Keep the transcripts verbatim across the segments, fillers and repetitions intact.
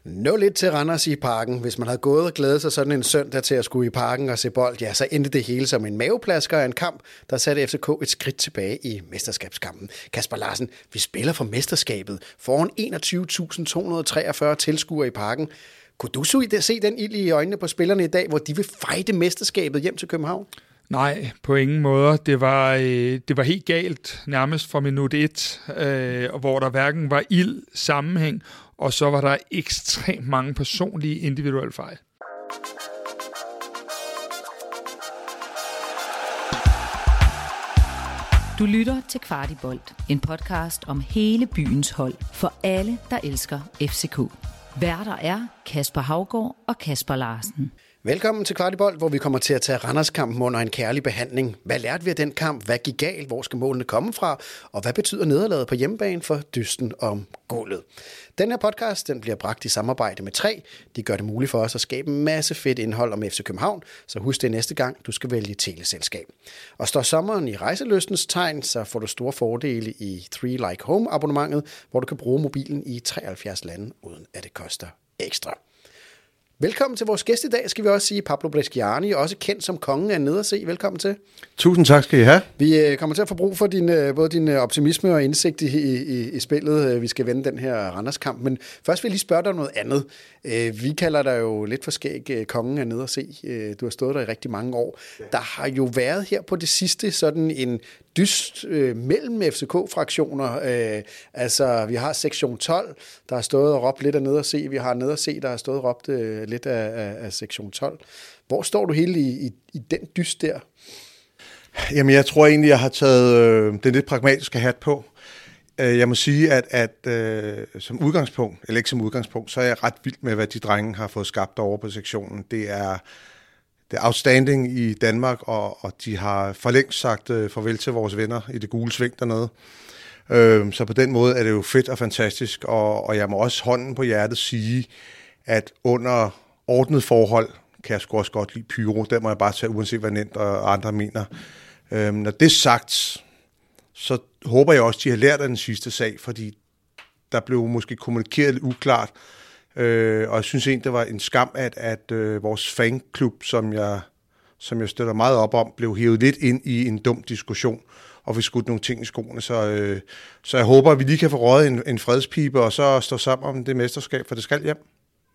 Nå lidt til Randers i Parken. Hvis man havde gået og glædet sig sådan en søndag til at skulle i Parken og se bold, ja, så endte det hele som en maveplasker af en kamp, der satte F C K et skridt tilbage i mesterskabskampen. Kasper Larsen, vi spiller for mesterskabet foran enogtyve tusind to hundrede treogfyrre tilskuere i Parken. Kunne du se den ild i øjnene på spillerne i dag, hvor de vil fejde mesterskabet hjem til København? Nej, på ingen måde. Det var, øh, det var helt galt, nærmest fra minut et, øh, hvor der hverken var ild, sammenhæng, og så var der ekstremt mange personlige individuelle fejl. Du lytter til Kvartibolt, en podcast om hele byens hold, for alle, der elsker F C K. Værter er Kasper Haugaard og Kasper Larsen. Velkommen til Kvartibolt, hvor vi kommer til at tage Randers-kampen under en kærlig behandling. Hvad lærte vi af den kamp? Hvad gik galt? Hvor skal målene komme fra? Og hvad betyder nederlaget på hjemmebane for dysten om gulvet? Den her podcast den bliver bragt i samarbejde med tre. De gør det muligt for os at skabe en masse fedt indhold om F C København, så husk det næste gang, du skal vælge teleselskab. Og står sommeren i rejselystens tegn, så får du store fordele i Three Like Home abonnementet, hvor du kan bruge mobilen i treoghalvfjerds lande, uden at det koster ekstra. Velkommen til vores gæst i dag, skal vi også sige Pablo Bresciani, også kendt som kongen af nederse. Velkommen til. Tusind tak skal I have. Vi kommer til at få brug for din, både din optimisme og indsigt i, i, i spillet. Vi skal vende den her Randers-kamp, men først vil jeg lige spørge dig om noget andet. Vi kalder dig jo lidt for skæg kongen af nederse. Du har stået der i rigtig mange år. Der har jo været her på det sidste sådan en dyst øh, mellem F C K-fraktioner. Øh, altså, vi har sektion tolv, der har stået og råbt lidt af nederse. Vi har nederse, der har stået og råbt øh, lidt af, af, af sektion tolv. Hvor står du hele i, i, i den dyst der? Jamen, jeg tror egentlig, jeg har taget øh, den lidt pragmatiske hat på. Jeg må sige, at, at øh, som udgangspunkt, eller ikke som udgangspunkt, så er jeg ret vild med, hvad de drenge har fået skabt over på sektionen. Det er Det er outstanding i Danmark, og, og de har for længst sagt øh, farvel til vores venner i det gule sving dernede. Øh, så på den måde er det jo fedt og fantastisk, og, og jeg må også hånden på hjertet sige, at under ordnet forhold kan jeg sgu også godt lide pyro. Der må jeg bare tage, uanset hvad Nent og andre mener. Øh, når det er sagt, så håber jeg også, at de har lært af den sidste sag, fordi der blev måske kommunikeret lidt uklart. Øh, og jeg synes egentlig, det var en skam, at, at øh, vores fanklub, som jeg, som jeg støtter meget op om, blev hævet lidt ind i en dum diskussion, og vi skudt nogle ting i skoene. Så, øh, så jeg håber, at vi lige kan få røget en, en fredspibe, og så stå sammen om det mesterskab, for det skal hjem.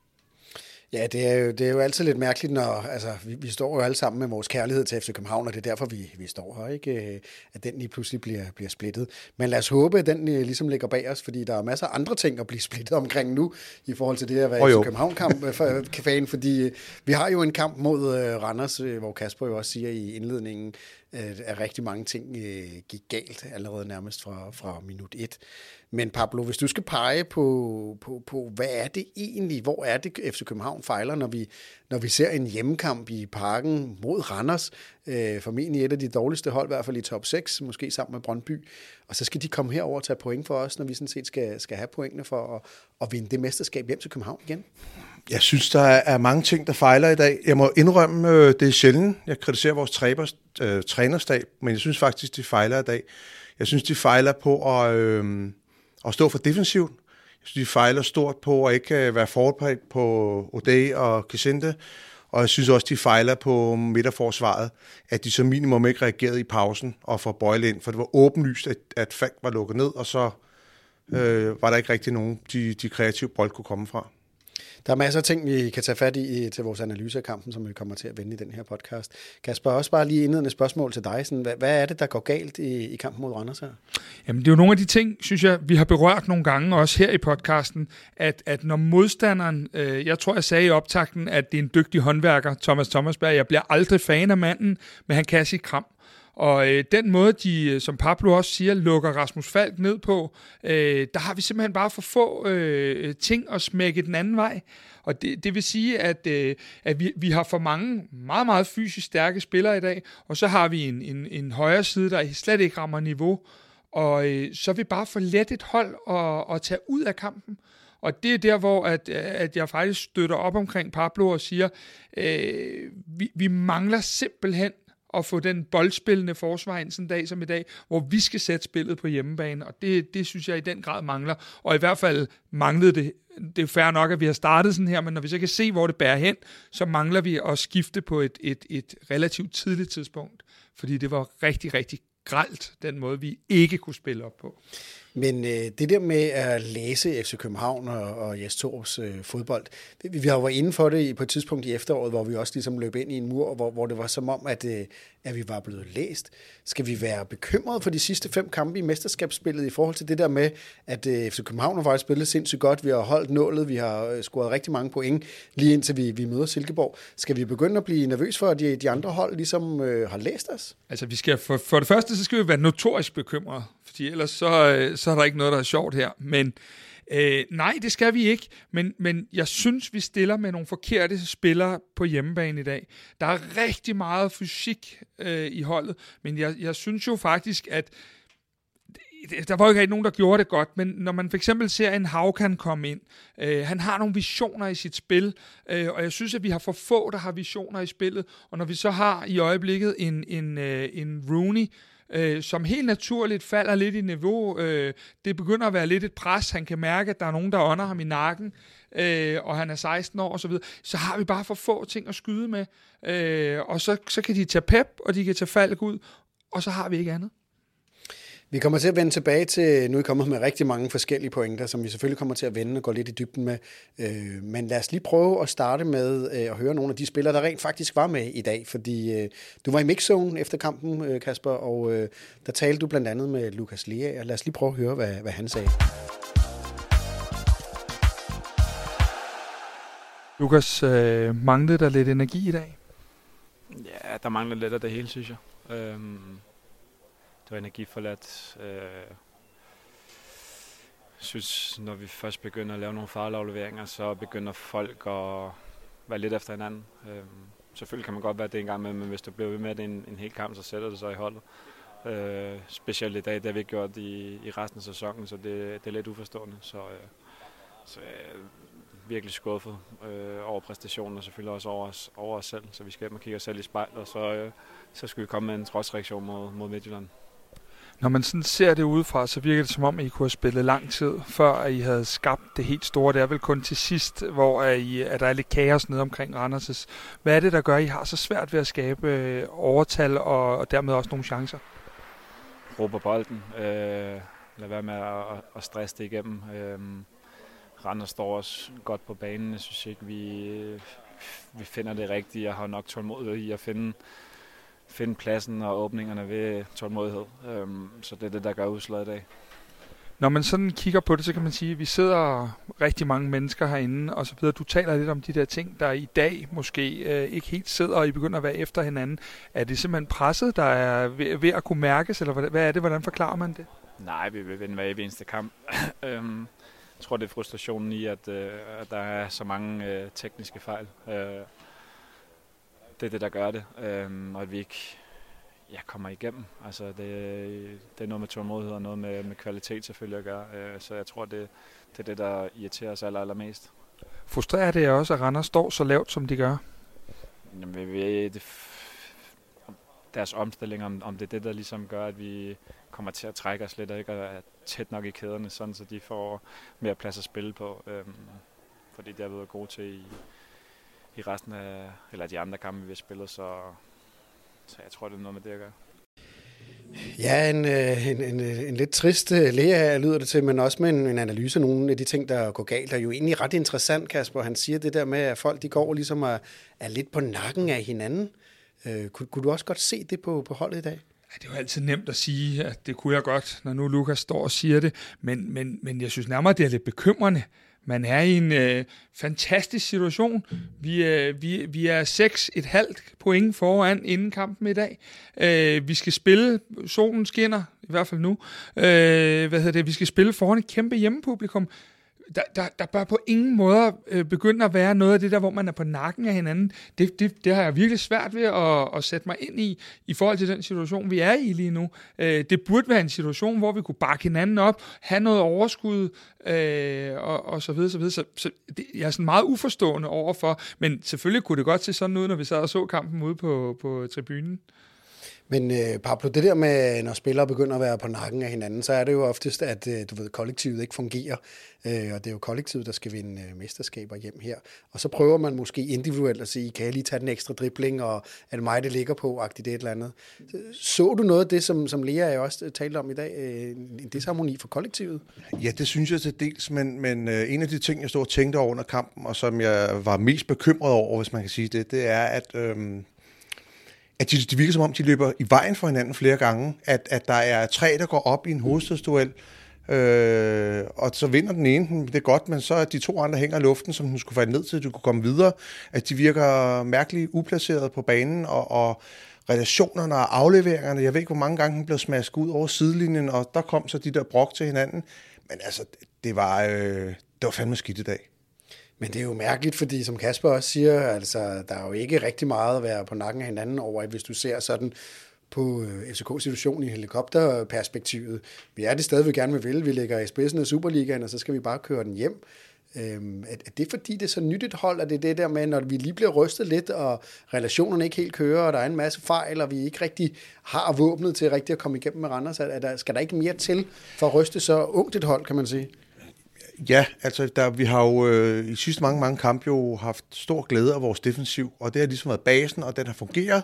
Ja, det er, jo, det er jo altid lidt mærkeligt, når altså, vi, vi står jo alle sammen med vores kærlighed til F C København, og det er derfor, vi, vi står her, ikke? At den lige pludselig bliver, bliver splittet. Men lad os håbe, at den ligesom ligger bag os, fordi der er masser af andre ting at blive splittet omkring nu, i forhold til det at være oh, F C København-kamp, for, fordi vi har jo en kamp mod uh, Randers, hvor Kasper jo også siger i indledningen, at rigtig mange ting uh, gik galt allerede nærmest fra, fra minut et. Men Pablo, hvis du skal pege på, på, på, hvad er det egentlig, hvor er det F C København fejler, når vi, når vi ser en hjemmekamp i Parken mod Randers, øh, formentlig et af de dårligste hold, i hvert fald i top seks, måske sammen med Brøndby, og så skal de komme herover og tage point for os, når vi sådan set skal, skal have pointene for at, at vinde det mesterskab hjem til København igen? Jeg synes, der er mange ting, der fejler i dag. Jeg må indrømme, øh, det er sjældent. Jeg kritiserer vores træber, øh, trænerstab, men jeg synes faktisk, de fejler i dag. Jeg synes, de fejler på at... Øh, og stå for defensivt. Jeg synes, de fejler stort på at ikke være forberedt på O'Day og Kessinde. Og jeg synes også, de fejler på midterforsvaret, at de som minimum ikke reagerede i pausen og får Bøjle ind. For det var åbenlyst, at, at Falk var lukket ned, og så øh, var der ikke rigtig nogen, de, de kreative bold kunne komme fra. Der er masser af ting, vi kan tage fat i til vores analyse af kampen, som vi kommer til at vende i den her podcast. Kasper, også bare lige indledende spørgsmål til dig. Sådan, hvad, hvad er det, der går galt i, i kampen mod Randers her? Jamen, det er jo nogle af de ting, synes jeg, vi har berørt nogle gange, også her i podcasten, at, at når modstanderen, øh, jeg tror, jeg sagde i optakten, at det er en dygtig håndværker, Thomas Thomasberg, jeg bliver aldrig fan af manden, men han kan sit kram. Og øh, den måde, de, som Pablo også siger, lukker Rasmus Falk ned på, øh, der har vi simpelthen bare for få øh, ting at smække den anden vej. Og det, det vil sige, at, øh, at vi, vi har for mange meget, meget fysisk stærke spillere i dag, og så har vi en, en, en højre side, der slet ikke rammer niveau, og øh, så er vi bare for let et hold at, at tage ud af kampen. Og det er der, hvor at, at jeg faktisk støtter op omkring Pablo og siger, øh, vi, vi mangler simpelthen at få den boldspillende forsvar ind sådan en dag som i dag, hvor vi skal sætte spillet på hjemmebane, og det, det synes jeg i den grad mangler, og i hvert fald manglede det. Det er fair nok, at vi har startet sådan her, men når vi så kan se, hvor det bærer hen, så mangler vi at skifte på et, et, et relativt tidligt tidspunkt, fordi det var rigtig, rigtig grelt, den måde, vi ikke kunne spille op på. Men øh, det der med at læse F C København og, og Jes Torups øh, fodbold, vi, vi har jo været inde for det på et tidspunkt i efteråret, hvor vi også ligesom løb ind i en mur, hvor, hvor det var som om, at, øh, at vi var blevet læst. Skal vi være bekymrede for de sidste fem kampe i mesterskabsspillet i forhold til det der med, at øh, F C København har faktisk spillet sindssygt godt, vi har holdt nålet, vi har øh, scoret rigtig mange point, lige indtil vi, vi møder Silkeborg. Skal vi begynde at blive nervøs for, at de, de andre hold ligesom øh, har læst os? Altså, vi skal for, for det første, så skal vi være notorisk bekymrede, fordi ellers så, øh, så er der ikke noget, der er sjovt her. Men øh, nej, det skal vi ikke. Men, men jeg synes, vi stiller med nogle forkerte spillere på hjemmebane i dag. Der er rigtig meget fysik øh, i holdet, men jeg, jeg synes jo faktisk, at der var jo ikke rigtig nogen, der gjorde det godt, men når man for eksempel ser en Haukan komme ind, øh, han har nogle visioner i sit spil, øh, og jeg synes, at vi har for få, der har visioner i spillet, og når vi så har i øjeblikket en, en, øh, en Rooney, øh, som helt naturligt falder lidt i niveau, øh, det begynder at være lidt et pres, han kan mærke, at der er nogen, der ånder ham i nakken, øh, og han er seksten år og så videre, så har vi bare for få ting at skyde med, øh, og så, så kan de tage Pep, og de kan tage Falk ud, og så har vi ikke andet. Vi kommer til at vende tilbage til, nu er I kommet med rigtig mange forskellige pointer, som vi selvfølgelig kommer til at vende og gå lidt i dybden med. Øh, men lad os lige prøve at starte med øh, at høre nogle af de spillere, der rent faktisk var med i dag. Fordi øh, du var i mixzone efter kampen, øh, Kasper, og øh, der talte du blandt andet med Lukas Lea. Lad os lige prøve at høre, hvad, hvad han sagde. Lukas, øh, manglede der lidt energi i dag? Ja, der manglede lidt af det hele, synes jeg. Øhm Det var energiforladt. Jeg synes, når vi først begynder at lave nogle farlige så begynder folk at være lidt efter hinanden. Selvfølgelig kan man godt være det en gang med, men hvis du bliver ved med det en, en hel kamp, så sætter det sig i holdet. Specielt i dag, det har vi ikke gjort i, i resten af sæsonen, så det, det er lidt uforstående. Så, så jeg er virkelig skuffet over præstationen, og selvfølgelig også over os, over os selv. Så vi skal hjem og kigge os selv i spejlet, og så, så skal vi komme med en trodsreaktion mod, mod Midtjylland. Når man sådan ser det udefra, så virker det som om, at I kunne have spillet lang tid, før at I havde skabt det helt store. Det er vel kun til sidst, hvor at I, at der er lidt kaos nede omkring Randers. Hvad er det, der gør, at I har så svært ved at skabe overtal og, og dermed også nogle chancer? Råb på bolden. Øh, lad være med at, at stresse det igennem. Øh, Randers står også godt på banen. Jeg synes ikke, vi, vi finder det rigtigt. Jeg har nok tålmodighed i at finde finde pladsen og åbningerne ved tålmodighed. Øhm, så det er det, der gør udslaget i dag. Når man sådan kigger på det, så kan man sige, at vi sidder rigtig mange mennesker herinde, og så videre. Du taler lidt om de der ting, der i dag måske øh, ikke helt sidder, og I begynder at være efter hinanden. Er det simpelthen presset, der er ved, ved at kunne mærkes, eller hvad er det? Hvordan forklarer man det? Nej, vi vil vinde hver eneste kamp. øhm, jeg tror, det er frustrationen i, at, øh, at der er så mange øh, tekniske fejl. Øh, Det er det, der gør det, øhm, og at vi ikke ja, kommer igennem. Altså, det, det er noget med tålmodighed og noget med, med kvalitet selvfølgelig at gøre. Øh, så jeg tror, det, det er det, der irriterer os aller, allermest. Frustrerer det også, at Randers står så lavt, som de gør? Jamen, vi, vi, det, deres omstilling, om, om det er det, der ligesom gør, at vi kommer til at trække os lidt og ikke er tæt nok i kæderne, sådan så de får mere plads at spille på. Øhm, fordi det har været gode til i i resten af, eller de andre kampe, vi har spillet, så, så jeg tror, det er noget med det at gøre. Ja, en, en, en, en lidt trist Lea lyder det til, men også med en, en analyse af nogle af de ting, der går galt. Der er jo egentlig ret interessant, Kasper. Han siger det der med, at folk de går ligesom er, er lidt på nakken af hinanden. Øh, kunne, kunne du også godt se det på, på holdet i dag? Ja, det er jo altid nemt at sige, at det kunne jeg godt, når nu Lukas står og siger det, men, men, men jeg synes nærmere, det er lidt bekymrende. Man er i en øh, fantastisk situation. Vi, øh, vi, vi er seks et halvt point foran inden kampen i dag. Øh, vi skal spille, solen skinner, i hvert fald nu. Øh, hvad hedder det? Vi skal spille foran et kæmpe hjemmepublikum. Der, der, der bør på ingen måde øh, begynde at være noget af det der, hvor man er på nakken af hinanden. Det, det, det har jeg virkelig svært ved at, at sætte mig ind i, i forhold til den situation, vi er i lige nu. Øh, det burde være en situation, hvor vi kunne bakke hinanden op, have noget overskud, øh, og, og så videre, så videre. Så, så det, jeg er sådan meget uforstående overfor, men selvfølgelig kunne det godt se sådan ud, når vi sad og så kampen ude på, på tribunen. Men øh, Pablo, det der med, når spillere begynder at være på nakken af hinanden, så er det jo oftest, at øh, du ved, kollektivet ikke fungerer, øh, og det er jo kollektivet, der skal vinde øh, mesterskaber hjem her. Og så prøver man måske individuelt at sige, kan jeg lige tage den ekstra dribling, og er det mig, det ligger på, agtigt det et eller andet. Så du noget af det, som, som Lea jo også talte om i dag, øh, en disharmoni for kollektivet? Ja, det synes jeg til dels, men, men øh, en af de ting, jeg stod og tænkte over under kampen, og som jeg var mest bekymret over, hvis man kan sige det, det er, at... Øh, at de, de virker som om, de løber i vejen for hinanden flere gange, at, at der er tre, der går op i en hovedstødsduel, øh, og så vinder den ene, det er godt, men så er de to andre hænger i luften, som den skulle falde ned til, at du kunne komme videre, at de virker mærkeligt uplaceret på banen, og, og relationerne og afleveringerne, jeg ved ikke, hvor mange gange den blev smasket ud over sidelinjen, og der kom så de der brok til hinanden, men altså, det var, øh, det var fandme skidt i dag. Men det er jo mærkeligt, fordi som Kasper også siger, altså, der er jo ikke rigtig meget at være på nakken af hinanden over, hvis du ser sådan på F C K-situationen i helikopterperspektivet. Vi er det stadig, vi gerne vil. Vi ligger i spidsen af Superligaen, og så skal vi bare køre den hjem. Øhm, er det fordi, det er så nyt et hold, at det er det der med, når vi lige bliver rystet lidt, og relationerne ikke helt kører, og der er en masse fejl, og vi ikke rigtig har våbnet til rigtig at komme igennem med Randers, er der, skal der ikke mere til for at ryste så ungt et hold, kan man sige? Ja, altså der, vi har jo øh, i sidste mange, mange kampe jo haft stor glæde af vores defensiv, og det har ligesom været basen, og den har fungeret.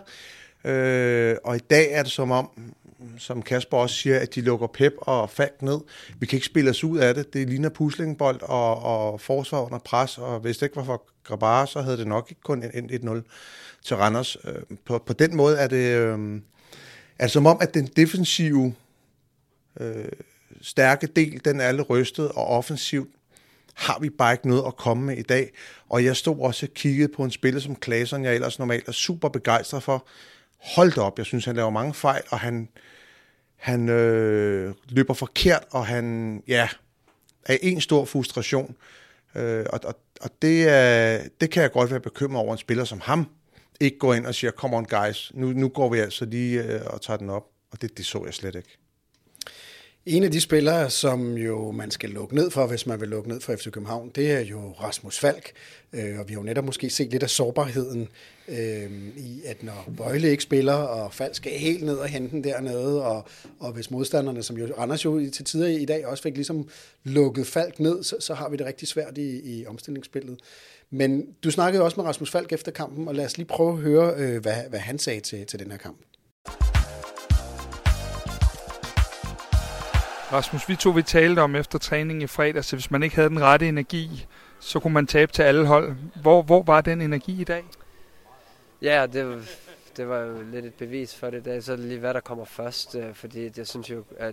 Øh, og i dag er det som om, som Kasper også siger, at de lukker Pep og Falk ned. Vi kan ikke spille os ud af det. Det ligner puslingbold og, og forsvar under pres, og hvis det ikke var for Grabara, så havde det nok ikke kun endt et nul til Randers. Øh, på, på den måde er det øh, altså som om, at den defensive øh, stærke del, den er alle rystet, og offensivt har vi bare ikke noget at komme med i dag. Og jeg stod også og kiggede på en spiller som Claesson, jeg ellers normalt er super begejstret for. Hold da op, jeg synes, han laver mange fejl, og han, han øh, løber forkert, og han ja, er en stor frustration. Øh, og og, og det, er, det kan jeg godt være bekymret over, en spiller som ham ikke går ind og siger, come on guys, nu, nu går vi altså lige øh, og tager den op. Og det, det så jeg slet ikke. En af de spillere, som jo man skal lukke ned for, hvis man vil lukke ned for F C København, det er jo Rasmus Falk. Øh, og vi har jo netop måske set lidt af sårbarheden øh, i, at når Bøjle ikke spiller, og Falk skal helt ned og hente den dernede, og, og hvis modstanderne, som jo Randers jo til tider i dag også fik ligesom lukket Falk ned, så, så har vi det rigtig svært i, i omstillingsspillet. Men du snakkede også med Rasmus Falk efter kampen, og lad os lige prøve at høre, øh, hvad, hvad han sagde til, til den her kamp. Rasmus, vi to vi talte om efter træning i fredag, så hvis man ikke havde den rette energi, så kunne man tabe til alle hold. Hvor, hvor var den energi i dag? Ja, det var, det var jo lidt et bevis for det i dag. Så er det lige, hvad der kommer først. Fordi jeg synes jo, at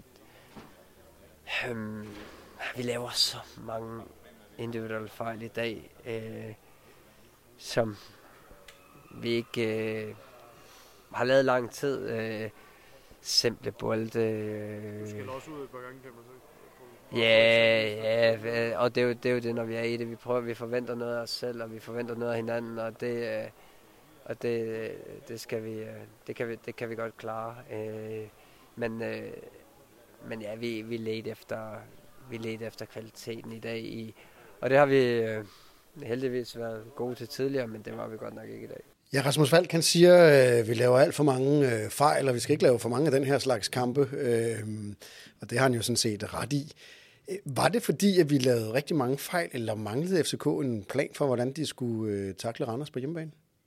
øhm, vi laver så mange individuelle fejl i dag, øh, som vi ikke øh, har lavet lang tid. Øh, simple bolde. Du skal også ud et par gange, kan man sige. Ja, ja, og det er, jo, det er jo det, når vi er i det. Vi prøver, vi forventer noget af os selv, og vi forventer noget af hinanden, og det, og det, det skal vi, det kan vi, det kan vi godt klare. Men, men ja, vi, vi ledte efter, vi ledte efter kvaliteten i dag, i, og det har vi heldigvis været gode til tidligere, men det var vi godt nok ikke i dag. Ja, Rasmus Falk, han siger, at vi laver alt for mange øh, fejl, og vi skal ikke lave for mange af den her slags kampe, øh, og det har han jo sådan set ret i. Var det fordi, at vi lavede rigtig mange fejl, eller manglede F C K en plan for, hvordan de skulle øh, takle Randers på hjemmebane?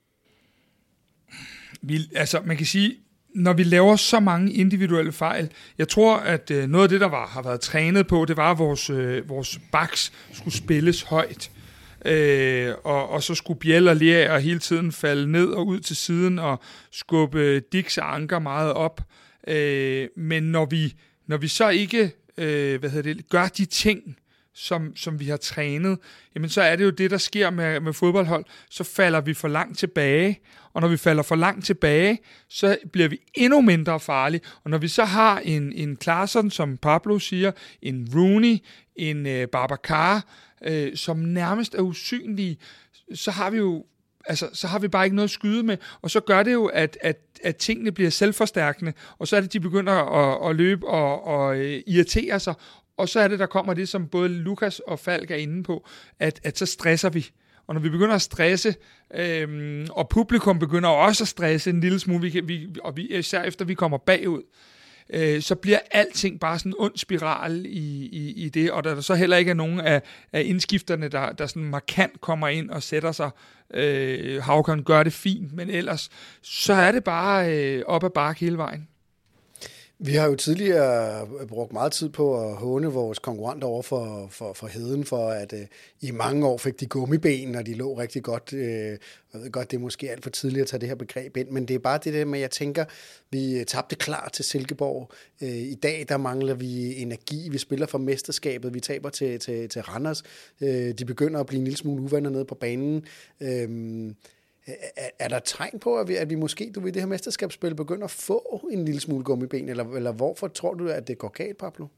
Vi, altså, man kan sige, når vi laver så mange individuelle fejl, jeg tror, at øh, noget af det, der var, har været trænet på, det var, at vores, øh, vores backs skulle spilles højt. Øh, og, og så skulle Biel og Lea hele tiden falde ned og ud til siden og skubbe Dix og Anker meget op. Øh, men når vi, når vi så ikke øh, hvad hedder det, gør de ting, som, som vi har trænet, jamen så er det jo det, der sker med, med fodboldhold. Så falder vi for langt tilbage, og når vi falder for langt tilbage, så bliver vi endnu mindre farlige. Og når vi så har en, en Claesson, som Pablo siger, en Rooney, en øh, Babacar, øh, som nærmest er usynlige, så har vi jo altså, så har vi bare ikke noget at skyde med, og så gør det jo, at, at, at tingene bliver selvforstærkende, og så er det, de begynder at, at løbe og, og irritere sig, og så er det, der kommer det, som både Lukas og Falk er inde på, at, at så stresser vi. og når vi begynder at stresse, øhm, og publikum begynder også at stresse en lille smule, vi kan, vi, og vi, især efter vi kommer bagud, øh, så bliver alting bare sådan en ond spiral i, i, i det, og der så heller ikke er nogen af, af indskifterne, der, der sådan markant kommer ind og sætter sig. Øh, Haugen gør det fint, men ellers så er det bare øh, op ad bakke hele vejen. Vi har jo tidligere brugt meget tid på at håne vores konkurrenter over for, for, for Heden, for at øh, i mange år fik de gummiben, og de lå rigtig godt. Øh, jeg ved godt, det er måske alt for tidligt at tage det her begreb ind, men det er bare det der med, jeg tænker, vi tabte klar til Silkeborg. Øh, I dag, der mangler vi energi. Vi spiller for mesterskabet. Vi taber til, til, til Randers. Øh, de begynder at blive en lille smule uvenner nede på banen. Øh, Er, er der tegn på, at vi, at vi måske, du ved, det her mesterskabsspil begynder at få en lille smule gummiben, eller, eller hvorfor tror du, at det går galt, Pablo?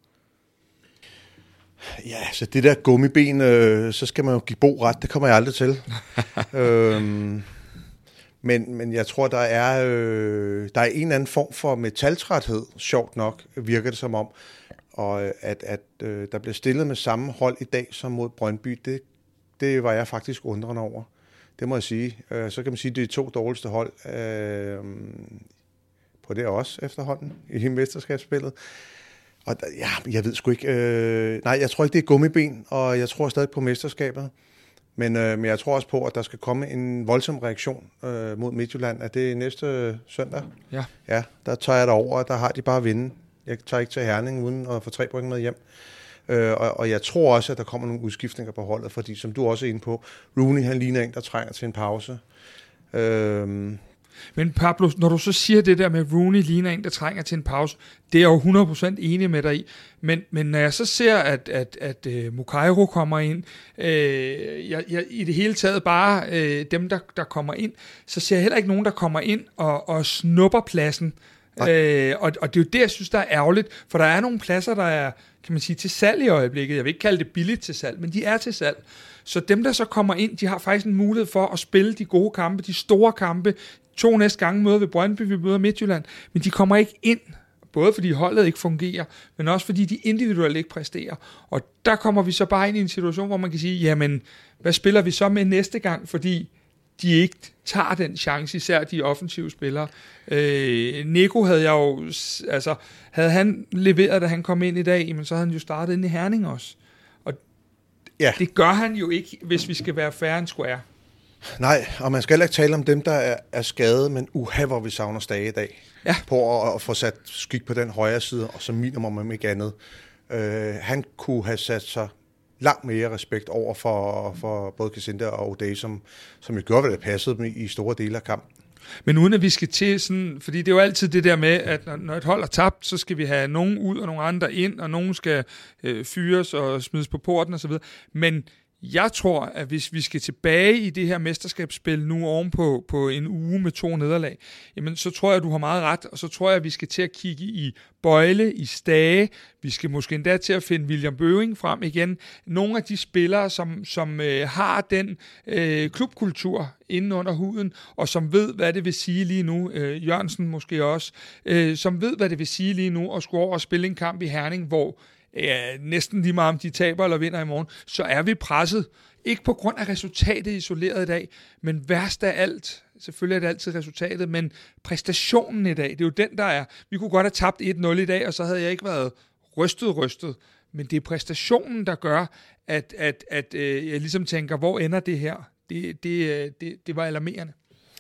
Ja, så det der gummiben, øh, så skal man jo give Bo ret, det kommer jeg aldrig til. øhm, men, men jeg tror, der er, øh, der er en eller anden form for metaltræthed, sjovt nok, virker det som om, og at, at øh, der bliver stillet med samme hold i dag som mod Brøndby, det, det var jeg faktisk undrende over. Det må jeg sige. Øh, så kan man sige, at det er de to dårligste hold øh, på det også efterhånden i mesterskabsspillet. Og der, ja, jeg ved sgu ikke. Øh, nej, jeg tror ikke, det er gummiben, og jeg tror stadig på mesterskabet. Men, øh, men jeg tror også på, at der skal komme en voldsom reaktion øh, mod Midtjylland. Er det næste søndag? Ja. Ja, der tager jeg derover, og der har de bare at vinde. Jeg tager ikke til Herning uden at få tre point med hjem. Øh, og, og jeg tror også, at der kommer nogle udskiftninger på holdet, fordi som du også er inde på, Rooney han ligner en, der trænger til en pause. Øh, Men Pablo, når du så siger det der med, at Rooney ligner en, der trænger til en pause, det er jeg jo hundrede procent enig med dig i. Men, men når jeg så ser, at, at, at uh, Mukairo kommer ind, øh, jeg, jeg, i det hele taget bare øh, dem, der, der kommer ind, så ser jeg heller ikke nogen, der kommer ind og, og snupper pladsen. Øh, og, og det er jo det, jeg synes, der er ærgerligt, for der er nogle pladser, der er, kan man sige, til salg i øjeblikket. Jeg vil ikke kalde det billigt til salg, men de er til salg. Så dem, der så kommer ind, de har faktisk en mulighed for at spille de gode kampe, de store kampe. To næste gange møder vi Brøndby, vi møder Midtjylland, men de kommer ikke ind, både fordi holdet ikke fungerer, men også fordi de individuelt ikke præsterer. Og der kommer vi så bare ind i en situation, hvor man kan sige, jamen, hvad spiller vi så med næste gang, fordi de ikke tager den chance, især de offensive spillere. Øh, Nico havde jeg jo, altså, havde han leveret, da han kom ind i dag, men så havde han jo startet ind i Herning også. Og ja. Det gør han jo ikke, hvis vi skal være fair and square. Nej, og man skal heller ikke tale om dem, der er, er skadet, men uha, hvor vi savner Stage i dag. Ja. På at, at få sat skik på den højre side, og så minimum om ikke andet. Øh, han kunne have sat sig langt mere respekt over for, for både Casinda og O'Day, som, som jo gjorde, hvad det passede dem i store dele af kampen. Men uden at vi skal til sådan, fordi det er jo altid det der med, at når, når et hold er tabt, så skal vi have nogen ud og nogle andre ind, og nogen skal øh, fyres og smides på porten osv. Men jeg tror, at hvis vi skal tilbage i det her mesterskabsspil nu ovenpå på en uge med to nederlag, jamen så tror jeg, at du har meget ret, og så tror jeg, at vi skal til at kigge i Bøjle, i Stage, vi skal måske endda til at finde William Bøving frem igen. Nogle af de spillere, som, som øh, har den øh, klubkultur inde under huden, og som ved, hvad det vil sige lige nu, øh, Jørgensen måske også, øh, som ved, hvad det vil sige lige nu, at skulle over og spille en kamp i Herning, hvor ja, næsten lige meget om de taber eller vinder i morgen, så er vi presset. Ikke på grund af resultatet isoleret i dag, men værst af alt, selvfølgelig er det altid resultatet, men præstationen i dag, det er jo den, der er. Vi kunne godt have tabt et nul i dag, og så havde jeg ikke været rystet, rystet. Men det er præstationen, der gør, at, at, at øh, jeg ligesom tænker, hvor ender det her? Det, det, det, det var alarmerende.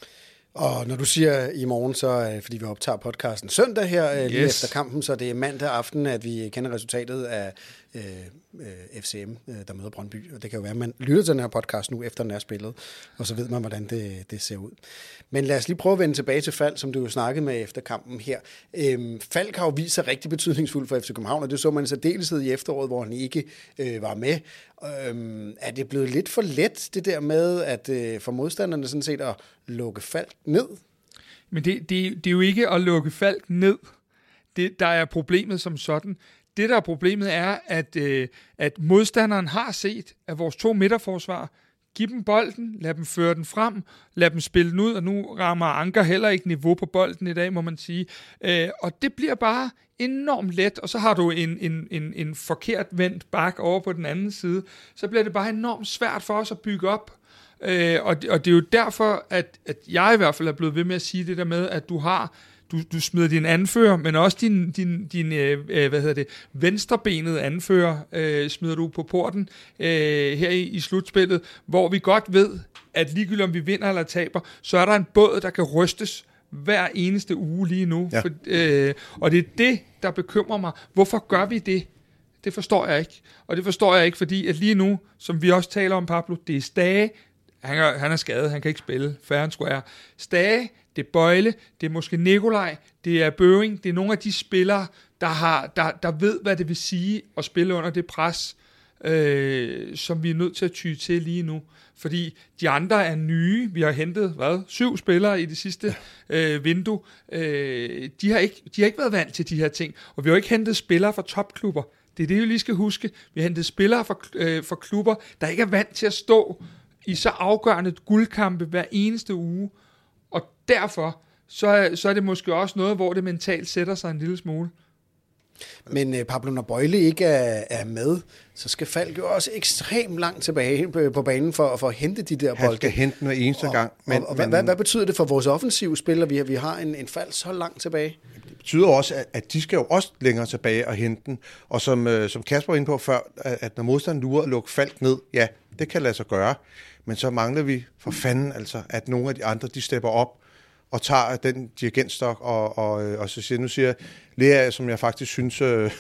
Og når du siger i morgen, så fordi vi optager podcasten søndag her, yes. lige efter kampen, så det er mandag aften, at vi kender resultatet af øh, øh, F C M, øh, der møder Brøndby. Og det kan jo være, at man lytter til den her podcast nu, efter den er spillet, og så ved man, hvordan det, det ser ud. Men lad os lige prøve at vende tilbage til Falk, som du jo snakkede med efter kampen her. Øhm, Falk har jo vist sig rigtig betydningsfuld for F C København, og det så man i særdeleshed i efteråret, hvor han ikke øh, var med. Øhm, er det blevet lidt for let, det der med, at øh, for modstanderne sådan set at lukke Falk ned? Men det, det, det er jo ikke at lukke Falk ned, det, der er problemet som sådan. Det, der er problemet, er, at, øh, at modstanderen har set, at vores to midterforsvar, giv dem bolden, lad dem føre den frem, lad dem spille den ud, og nu rammer Anker heller ikke niveau på bolden i dag, må man sige. Øh, og det bliver bare enormt let, og så har du en, en, en, en forkert vendt bak over på den anden side, så bliver det bare enormt svært for os at bygge op. Øh, og, det, og det er jo derfor, at, at jeg i hvert fald er blevet ved med at sige det der med, at du har, du, du smider din anfører, men også din, din, din øh, hvad hedder det, venstrebenede anfører, øh, smider du på porten øh, her i, i slutspillet, hvor vi godt ved, at ligegyldigt om vi vinder eller taber, så er der en båd, der kan rystes hver eneste uge lige nu. Ja. For, øh, og det er det, der bekymrer mig. Hvorfor gør vi det? Det forstår jeg ikke. Og det forstår jeg ikke, fordi at lige nu, som vi også taler om, Pablo, det er Stage. Han er, han er skadet, han kan ikke spille. Færre han skulle er. Stage, det er Bøjle, det er måske Nikolaj, det er Bøving, det er nogle af de spillere, der, har, der, der ved, hvad det vil sige at spille under det pres, øh, som vi er nødt til at ty til lige nu. Fordi de andre er nye. Vi har hentet, hvad, syv spillere i det sidste øh, vindue. Øh, de, har ikke, de har ikke været vant til de her ting. Og vi har ikke hentet spillere fra topklubber. Det er det, vi lige skal huske. Vi har hentet spillere fra, øh, fra klubber, der ikke er vant til at stå i så afgørende guldkampe hver eneste uge. Og derfor, så er, så er det måske også noget, hvor det mentalt sætter sig en lille smule. Men uh, Pablo, når Bøjle ikke er, er med, så skal Falk jo også ekstremt langt tilbage på, på banen for, for at hente de der bolde. Han skal hente den hver eneste og, gang. Men, og, og, men, hvad, hvad betyder det for vores offensive spillere, vi har, vi har en, en Falk så langt tilbage? Det betyder også, at, at de skal jo også længere tilbage og hente den. Og som, øh, som Kasper var inde på før, at, at når modstanderen lurer at lukke Falk ned, ja, det kan lade sig gøre. Men så mangler vi for fanden altså, at nogle af de andre, de stepper op og tager den dirigentstok, og, og, og så siger, nu siger Lea, som jeg faktisk synes, øh,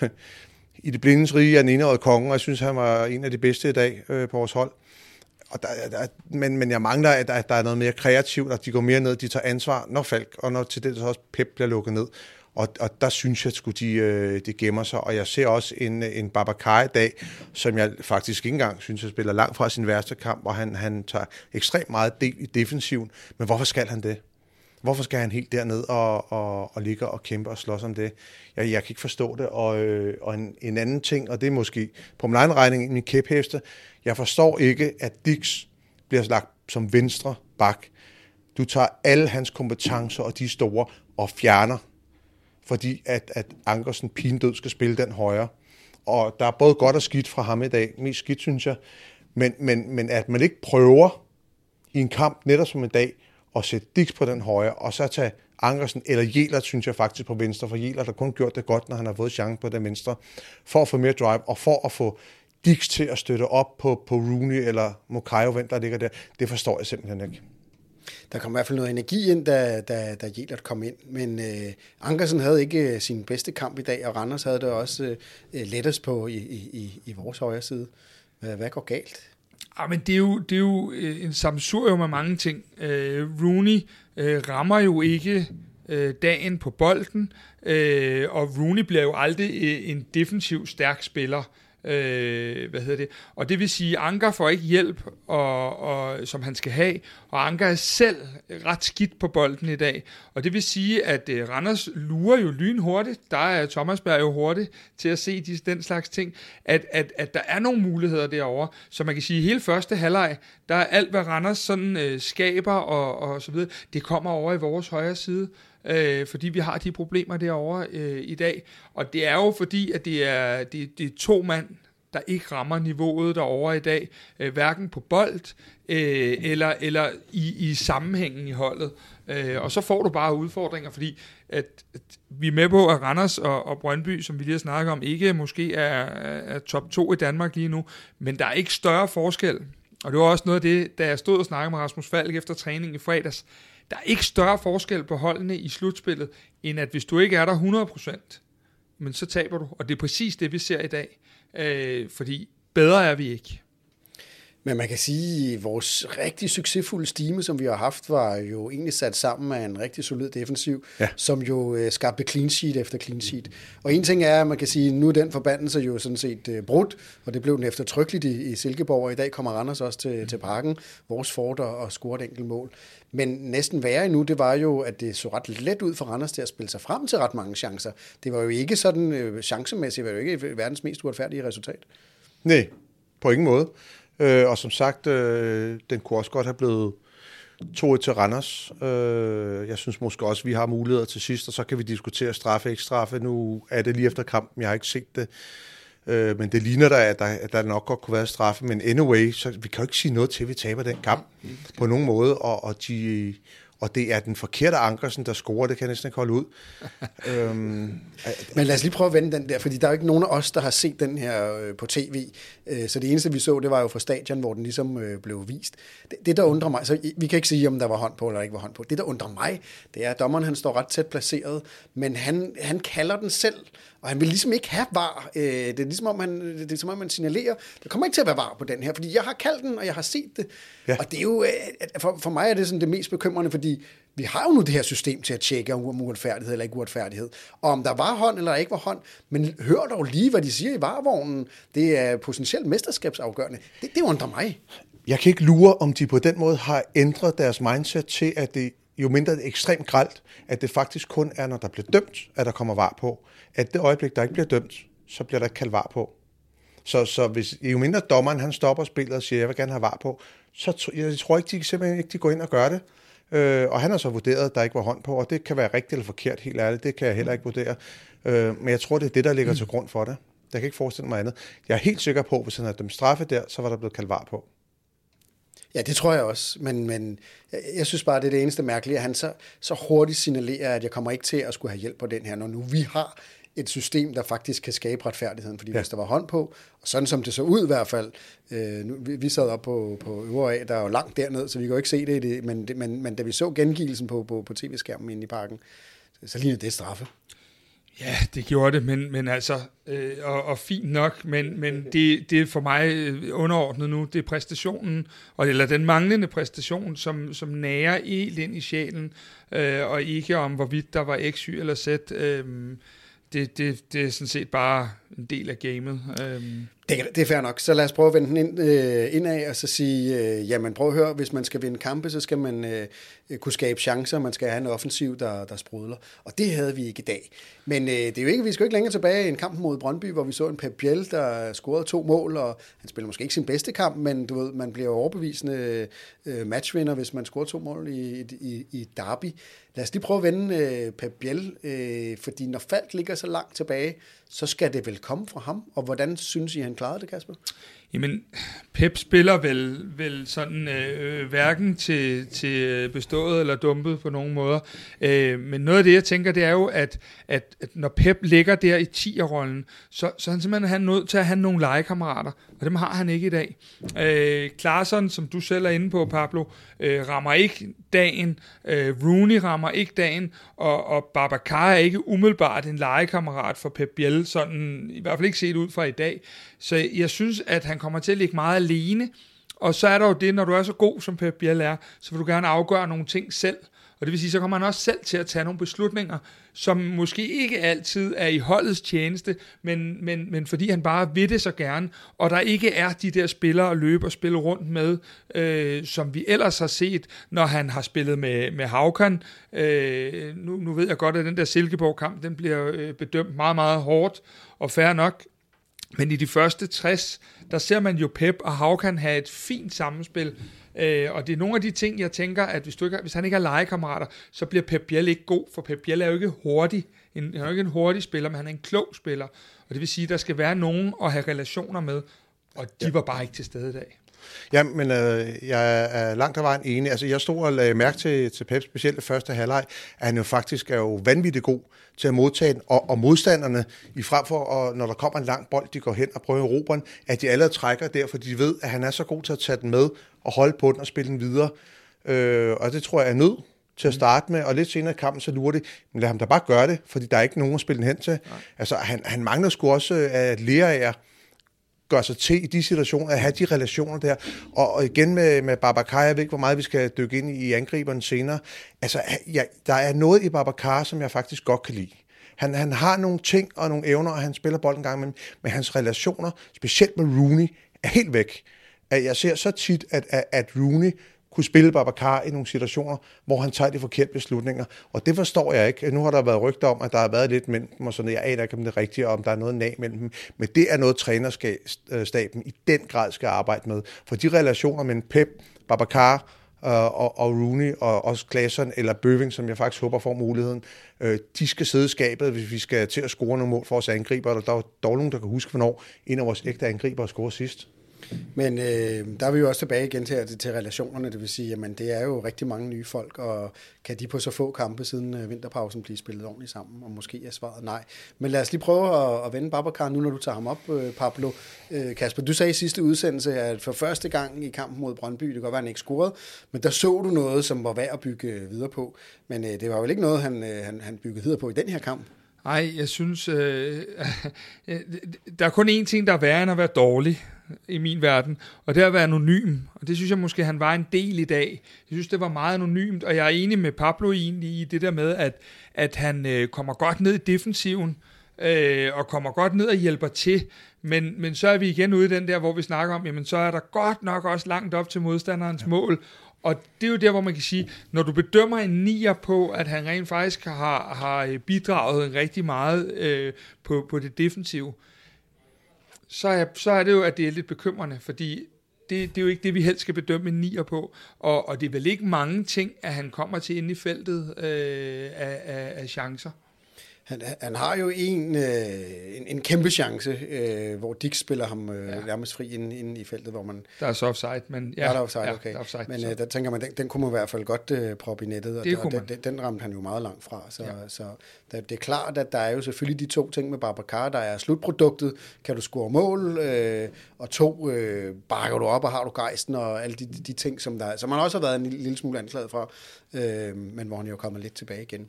i det blindes rige er den enårige konge, og jeg synes, han var en af de bedste i dag øh, på vores hold. Og der, der, men, men jeg mangler, at der, at der er noget mere kreativt, at de går mere ned, de tager ansvar, når Falk, og når til det så også Pep bliver lukket ned. Og, og der synes jeg, at de, øh, de gemmer sig, og jeg ser også en, en Babacar i dag, som jeg faktisk ikke engang synes, at spiller langt fra sin værste kamp, og han, han tager ekstremt meget del i defensiven. Men hvorfor skal han det? Hvorfor skal han helt derned og, og, og ligge og kæmpe og slås om det? Jeg, jeg kan ikke forstå det. Og, øh, og en, en anden ting, og det er måske på min egen regning i min kæphæfte, jeg forstår ikke, at Dix bliver lagt som venstre bak. Du tager alle hans kompetencer og de store og fjerner, fordi at, at Ankersen pindød skal spille den højre. Og der er både godt og skidt fra ham i dag. Mest skidt, synes jeg. Men, men, men at man ikke prøver i en kamp netop som i dag, og sætte Dix på den højre, og så tage Ankersen eller Jelert, synes jeg faktisk, på venstre, for Jelert har kun gjort det godt, når han har fået chance på den venstre, for at få mere drive, og for at få Dix til at støtte op på, på Rooney eller Mokayo, hvem der ligger der. Det forstår jeg simpelthen ikke. Der kom i hvert fald noget energi ind, da, da, da Jelert kom ind, men øh, Ankersen havde ikke øh, sin bedste kamp i dag, og Randers havde det også øh, lettest på i, i, i vores højre side. Hvad, hvad går galt? Ja, men det er jo, det er jo en sammensurium af mange ting. Øh, Rooney øh, rammer jo ikke øh, dagen på bolden, øh, og Rooney bliver jo aldrig en defensiv stærk spiller. Øh, hvad hedder det? Og det vil sige, Anker får ikke hjælp, og, og, som han skal have, og Anker er selv ret skidt på bolden i dag. Og det vil sige, at uh, Randers lurer jo lynhurtigt. Der er Thomasberg jo hurtigt til at se de, den slags ting, at, at, at der er nogle muligheder derovre. Så man kan sige, at hele første halvleg, der er alt, hvad Randers sådan, uh, skaber og, og så videre, det kommer over i vores højre side. Øh, fordi vi har de problemer derovre øh, i dag, og det er jo fordi, at det er, det, det er to mand, der ikke rammer niveauet derovre i dag, øh, hverken på bold øh, eller, eller i, i sammenhængen i holdet. Øh, og så får du bare udfordringer, fordi at, at vi er med på, at Randers og, og Brøndby, som vi lige har snakket om, ikke måske er, er top to i Danmark lige nu, men der er ikke større forskel. Og det var også noget af det, da jeg stod og snakkede med Rasmus Falk efter træning i fredags. Der er ikke større forskel på holdene i slutspillet, end at hvis du ikke er der hundrede procent, men så taber du. Og det er præcis det, vi ser i dag. Øh, fordi bedre er vi ikke. Men man kan sige, at vores rigtig succesfulde stime, som vi har haft, var jo egentlig sat sammen med en rigtig solid defensiv, ja. Som jo øh, skabte clean sheet efter clean sheet. Og en ting er, at man kan sige, at nu er den forbandelse jo sådan set øh, brudt, og det blev den eftertrykkeligt i, i Silkeborg, og i dag kommer Randers også til, til parken, vores fort, og, og scorer et enkelt mål. Men næsten værre endnu, det var jo, at det så ret let ud for Randers til at spille sig frem til ret mange chancer. Det var jo ikke sådan øh, chancemæssigt, det var jo ikke verdens mest uretfærdige resultat. Nej, på ingen måde. Øh, og som sagt, øh, den kunne også godt have blevet to et til Randers. Øh, jeg synes måske også, at vi har muligheder til sidst, og så kan vi diskutere straffe, ikke straffe. Nu er det lige efter kampen, jeg har ikke set det. Øh, men det ligner der, at der, at der nok godt kunne være straffe, men anyway, så vi kan jo ikke sige noget til, at vi taber den kamp på nogen måde, og, og, de, og det er den forkerte Ankersen, der scorer, det kan jeg næsten ikke holde ud. øhm, men lad os lige prøve at vende den der, fordi der er jo ikke nogen af os, der har set den her øh, på tv, øh, så det eneste vi så, det var jo fra stadion, hvor den ligesom øh, blev vist. Det, det der undrer mig, så vi kan ikke sige, om der var hånd på eller ikke var hånd på, det der undrer mig, det er, at dommeren han står ret tæt placeret, men han, han kalder den selv, og han vil ligesom ikke have var. Øh, det er ligesom om han, det er som om man signalerer, der kommer ikke til at være var på den her, fordi jeg har kaldt den, og jeg har set det. Ja. Og det er jo, øh, for, for mig er det sådan det mest bekymrende, fordi vi har jo nu det her system til at tjekke om uretfærdighed eller ikke uretfærdighed, og om der var hånd eller ikke var hånd, men hør dog lige, hvad de siger i varevognen. Det er potentielt mesterskabsafgørende. Det, det undrer mig. Jeg kan ikke lure, om de på den måde har ændret deres mindset til, at det jo mindre det er ekstremt grelt, at det faktisk kun er, når der bliver dømt, at der kommer var på. At det øjeblik, der ikke bliver dømt, så bliver der ikke kaldt var på. Så, så hvis, jo mindre dommeren han stopper spillet og siger, jeg vil gerne have var på, så jeg tror ikke, de simpelthen ikke de går ind og gør det. Øh, og han har så vurderet, at der ikke var hånd på, og det kan være rigtigt eller forkert, helt ærligt, det kan jeg heller ikke vurdere. Øh, men jeg tror, det er det, der ligger mm. til grund for det. Jeg kan ikke forestille mig andet. Jeg er helt sikker på, at hvis han havde dømt straffe der, så var der blevet kaldt var på. Ja, det tror jeg også, men, men jeg, jeg synes bare, det er det eneste mærkelige, at han så, så hurtigt signalerer, at jeg kommer ikke til at skulle have hjælp på den her, når nu vi har et system, der faktisk kan skabe retfærdigheden, fordi ja. Hvis der var hånd på, og sådan som det så ud i hvert fald, øh, nu, vi, vi sad op på, på øvre af, der er jo langt derned, så vi kan jo ikke se det, det men, det, men, men da vi så gengivelsen på, på, på tv-skærmen inde i parken, så lignede det straffe. Ja, det gjorde det, men, men altså, øh, og, og fint nok, men, men det, det er for mig underordnet nu, det er præstationen, og, eller den manglende præstation, som, som nærer helt ind i sjælen, øh, og ikke om hvorvidt der var X, Y eller Z. Øh, det, det, det er sådan set bare en del af gamet. Øh. Det, det er fair nok. Så lad os prøve at vende den ind, øh, indad og så sige, øh, jamen prøv at høre, hvis man skal vinde kampe, så skal man øh, kunne skabe chancer, man skal have en offensiv, der, der sprudler. Og det havde vi ikke i dag. Men øh, det er jo ikke, vi skal jo ikke længere tilbage i en kamp mod Brøndby, hvor vi så en Pep Biel, der scorede to mål, og han spiller måske ikke sin bedste kamp, men du ved, man bliver overbevisende øh, matchvinder, hvis man scorer to mål i, i, i derby. Lad os lige prøve at vende øh, Pep Biel, øh, fordi når Falk ligger så langt tilbage, så skal det vel komme fra ham. Og hvordan synes I, han klarede det, Kasper? Jamen, Pep spiller vel, vel sådan øh, hverken til, til bestået eller dumpet på nogen måder. Øh, men noget af det, jeg tænker, det er jo, at, at, at når Pep ligger der i tierrollen, så, så er han simpelthen han nødt til at have nogle legekammerater, og dem har han ikke i dag. Øh, Klaarsson, som du selv er inde på, Pablo, øh, rammer ikke dagen, øh, Rooney rammer ikke dagen, og, og Babacar er ikke umiddelbart en legekammerat for Pep Biel, sådan i hvert fald ikke set ud fra i dag. Så jeg synes, at han kommer til at ligge meget alene, og så er der jo det, når du er så god, som Pep Biel er, så vil du gerne afgøre nogle ting selv, og det vil sige, så kommer han også selv til at tage nogle beslutninger, som måske ikke altid er i holdets tjeneste, men, men, men fordi han bare vil det så gerne, og der ikke er de der spillere at løbe og spille rundt med, øh, som vi ellers har set, når han har spillet med, med Haukan. Øh, nu, nu ved jeg godt, at den der Silkeborg-kamp, den bliver øh, bedømt meget, meget hårdt, og fair nok. Men i de første tres, der ser man jo Pep og Haukan have et fint sammenspil, øh, og det er nogle af de ting, jeg tænker, at hvis, du ikke, hvis han ikke har legekammerater, så bliver Pep Biel ikke god, for Pep Biel er jo ikke hurtig, en, han er jo ikke en hurtig spiller, men han er en klog spiller, og det vil sige, at der skal være nogen at have relationer med, og de ja. var bare ikke til stede i dag. Ja, men øh, jeg er langt ad vejen enig. Altså, jeg stod og lagde mærke til, til Pep, specielt det første halvleg, at han jo faktisk er jo vanvittigt god til at modtage den, og, og modstanderne, i frem for, og når der kommer en lang bold, de går hen og prøver at erobre den, at de allerede trækker der, for de ved, at han er så god til at tage den med, og holde på den og spille den videre. Øh, og det tror jeg er nød til at starte med, og lidt senere i kampen, så lurer det, men lad ham da bare gøre det, fordi der er ikke nogen at spille den hen til. Nej. Altså, han, han mangler sgu også at lære af gør sig til i de situationer, at have de relationer der. Og, og igen med, med Babacar, jeg ved ikke, hvor meget vi skal dykke ind i, i angriberen senere. Altså, ja, der er noget i Babacar, som jeg faktisk godt kan lide. Han, han har nogle ting og nogle evner, og han spiller bolden en gang imellem, men hans relationer, specielt med Rooney, er helt væk. At jeg ser så tit, at, at, at Rooney kunne spille Babacar i nogle situationer, hvor han tager de forkerte beslutninger. Og det forstår jeg ikke. Nu har der været rygter om, at der har været lidt mellem dem, og sådan, jeg aner ikke, om det er rigtigt, og om der er noget nag mellem dem. Men det er noget, trænerstaben i den grad skal arbejde med. For de relationer mellem Pep, Babacar og, og Rooney og også Klaasen eller Bøving, som jeg faktisk håber får muligheden, øh, de skal sidde i skabet, hvis vi skal til at score nogle mål for os angriber. Der er jo dog nogen, der kan huske, hvornår en af vores ægte angriber scorede sidst. Men øh, der er vi jo også tilbage igen til, til relationerne, det vil sige, at det er jo rigtig mange nye folk, og kan de på så få kampe siden øh, vinterpausen blive spillet ordentligt sammen, og måske er svaret nej. Men lad os lige prøve at, at vende Babacar nu, når du tager ham op, øh, Pablo. Øh, Kasper, du sagde i sidste udsendelse, at for første gang i kampen mod Brøndby, det kan godt være, han ikke scorede, men der så du noget, som var værd at bygge videre på. Men øh, det var vel ikke noget, han, øh, han, han byggede videre på i den her kamp? Nej, jeg synes, øh, der er kun én ting, der er værre end at være dårlig i min verden, og det er at være anonym, og det synes jeg måske, han var en del i dag. Jeg synes, det var meget anonymt, og jeg er enig med Pablo egentlig i det der med, at, at han øh, kommer godt ned i defensiven, øh, og kommer godt ned og hjælper til, men, men så er vi igen ude i den der, hvor vi snakker om, jamen så er der godt nok også langt op til modstanderens ja. mål, og det er jo der, hvor man kan sige, når du bedømmer en nier på, at han rent faktisk har, har bidraget rigtig meget øh, på, på det defensive, så er, så er det jo, at det er lidt bekymrende, fordi det, det er jo ikke det, vi helst skal bedømme en nier på, og, og det er vel ikke mange ting, at han kommer til inde i feltet øh, af, af, af chancer. Han, han har jo en, øh, en, en kæmpe chance, øh, hvor Dix spiller ham øh, ja. nærmest fri inde, inde i feltet, hvor man... Der er så offside, men... Ja, ja der er offside, ja, okay. Er offside, men øh, der tænker man, den, den kunne man i hvert fald godt øh, proppe i nettet, og, det og den, den ramte han jo meget langt fra. Så, ja. så der, det er klart, at der er jo selvfølgelig de to ting med Babacar, der er slutproduktet, kan du score mål, øh, og to, øh, bakker du op, og har du gejsten, og alle de, de, de ting, som, der, som man også har været en lille, lille smule anslaget fra, øh, men hvor han jo er kommet lidt tilbage igen.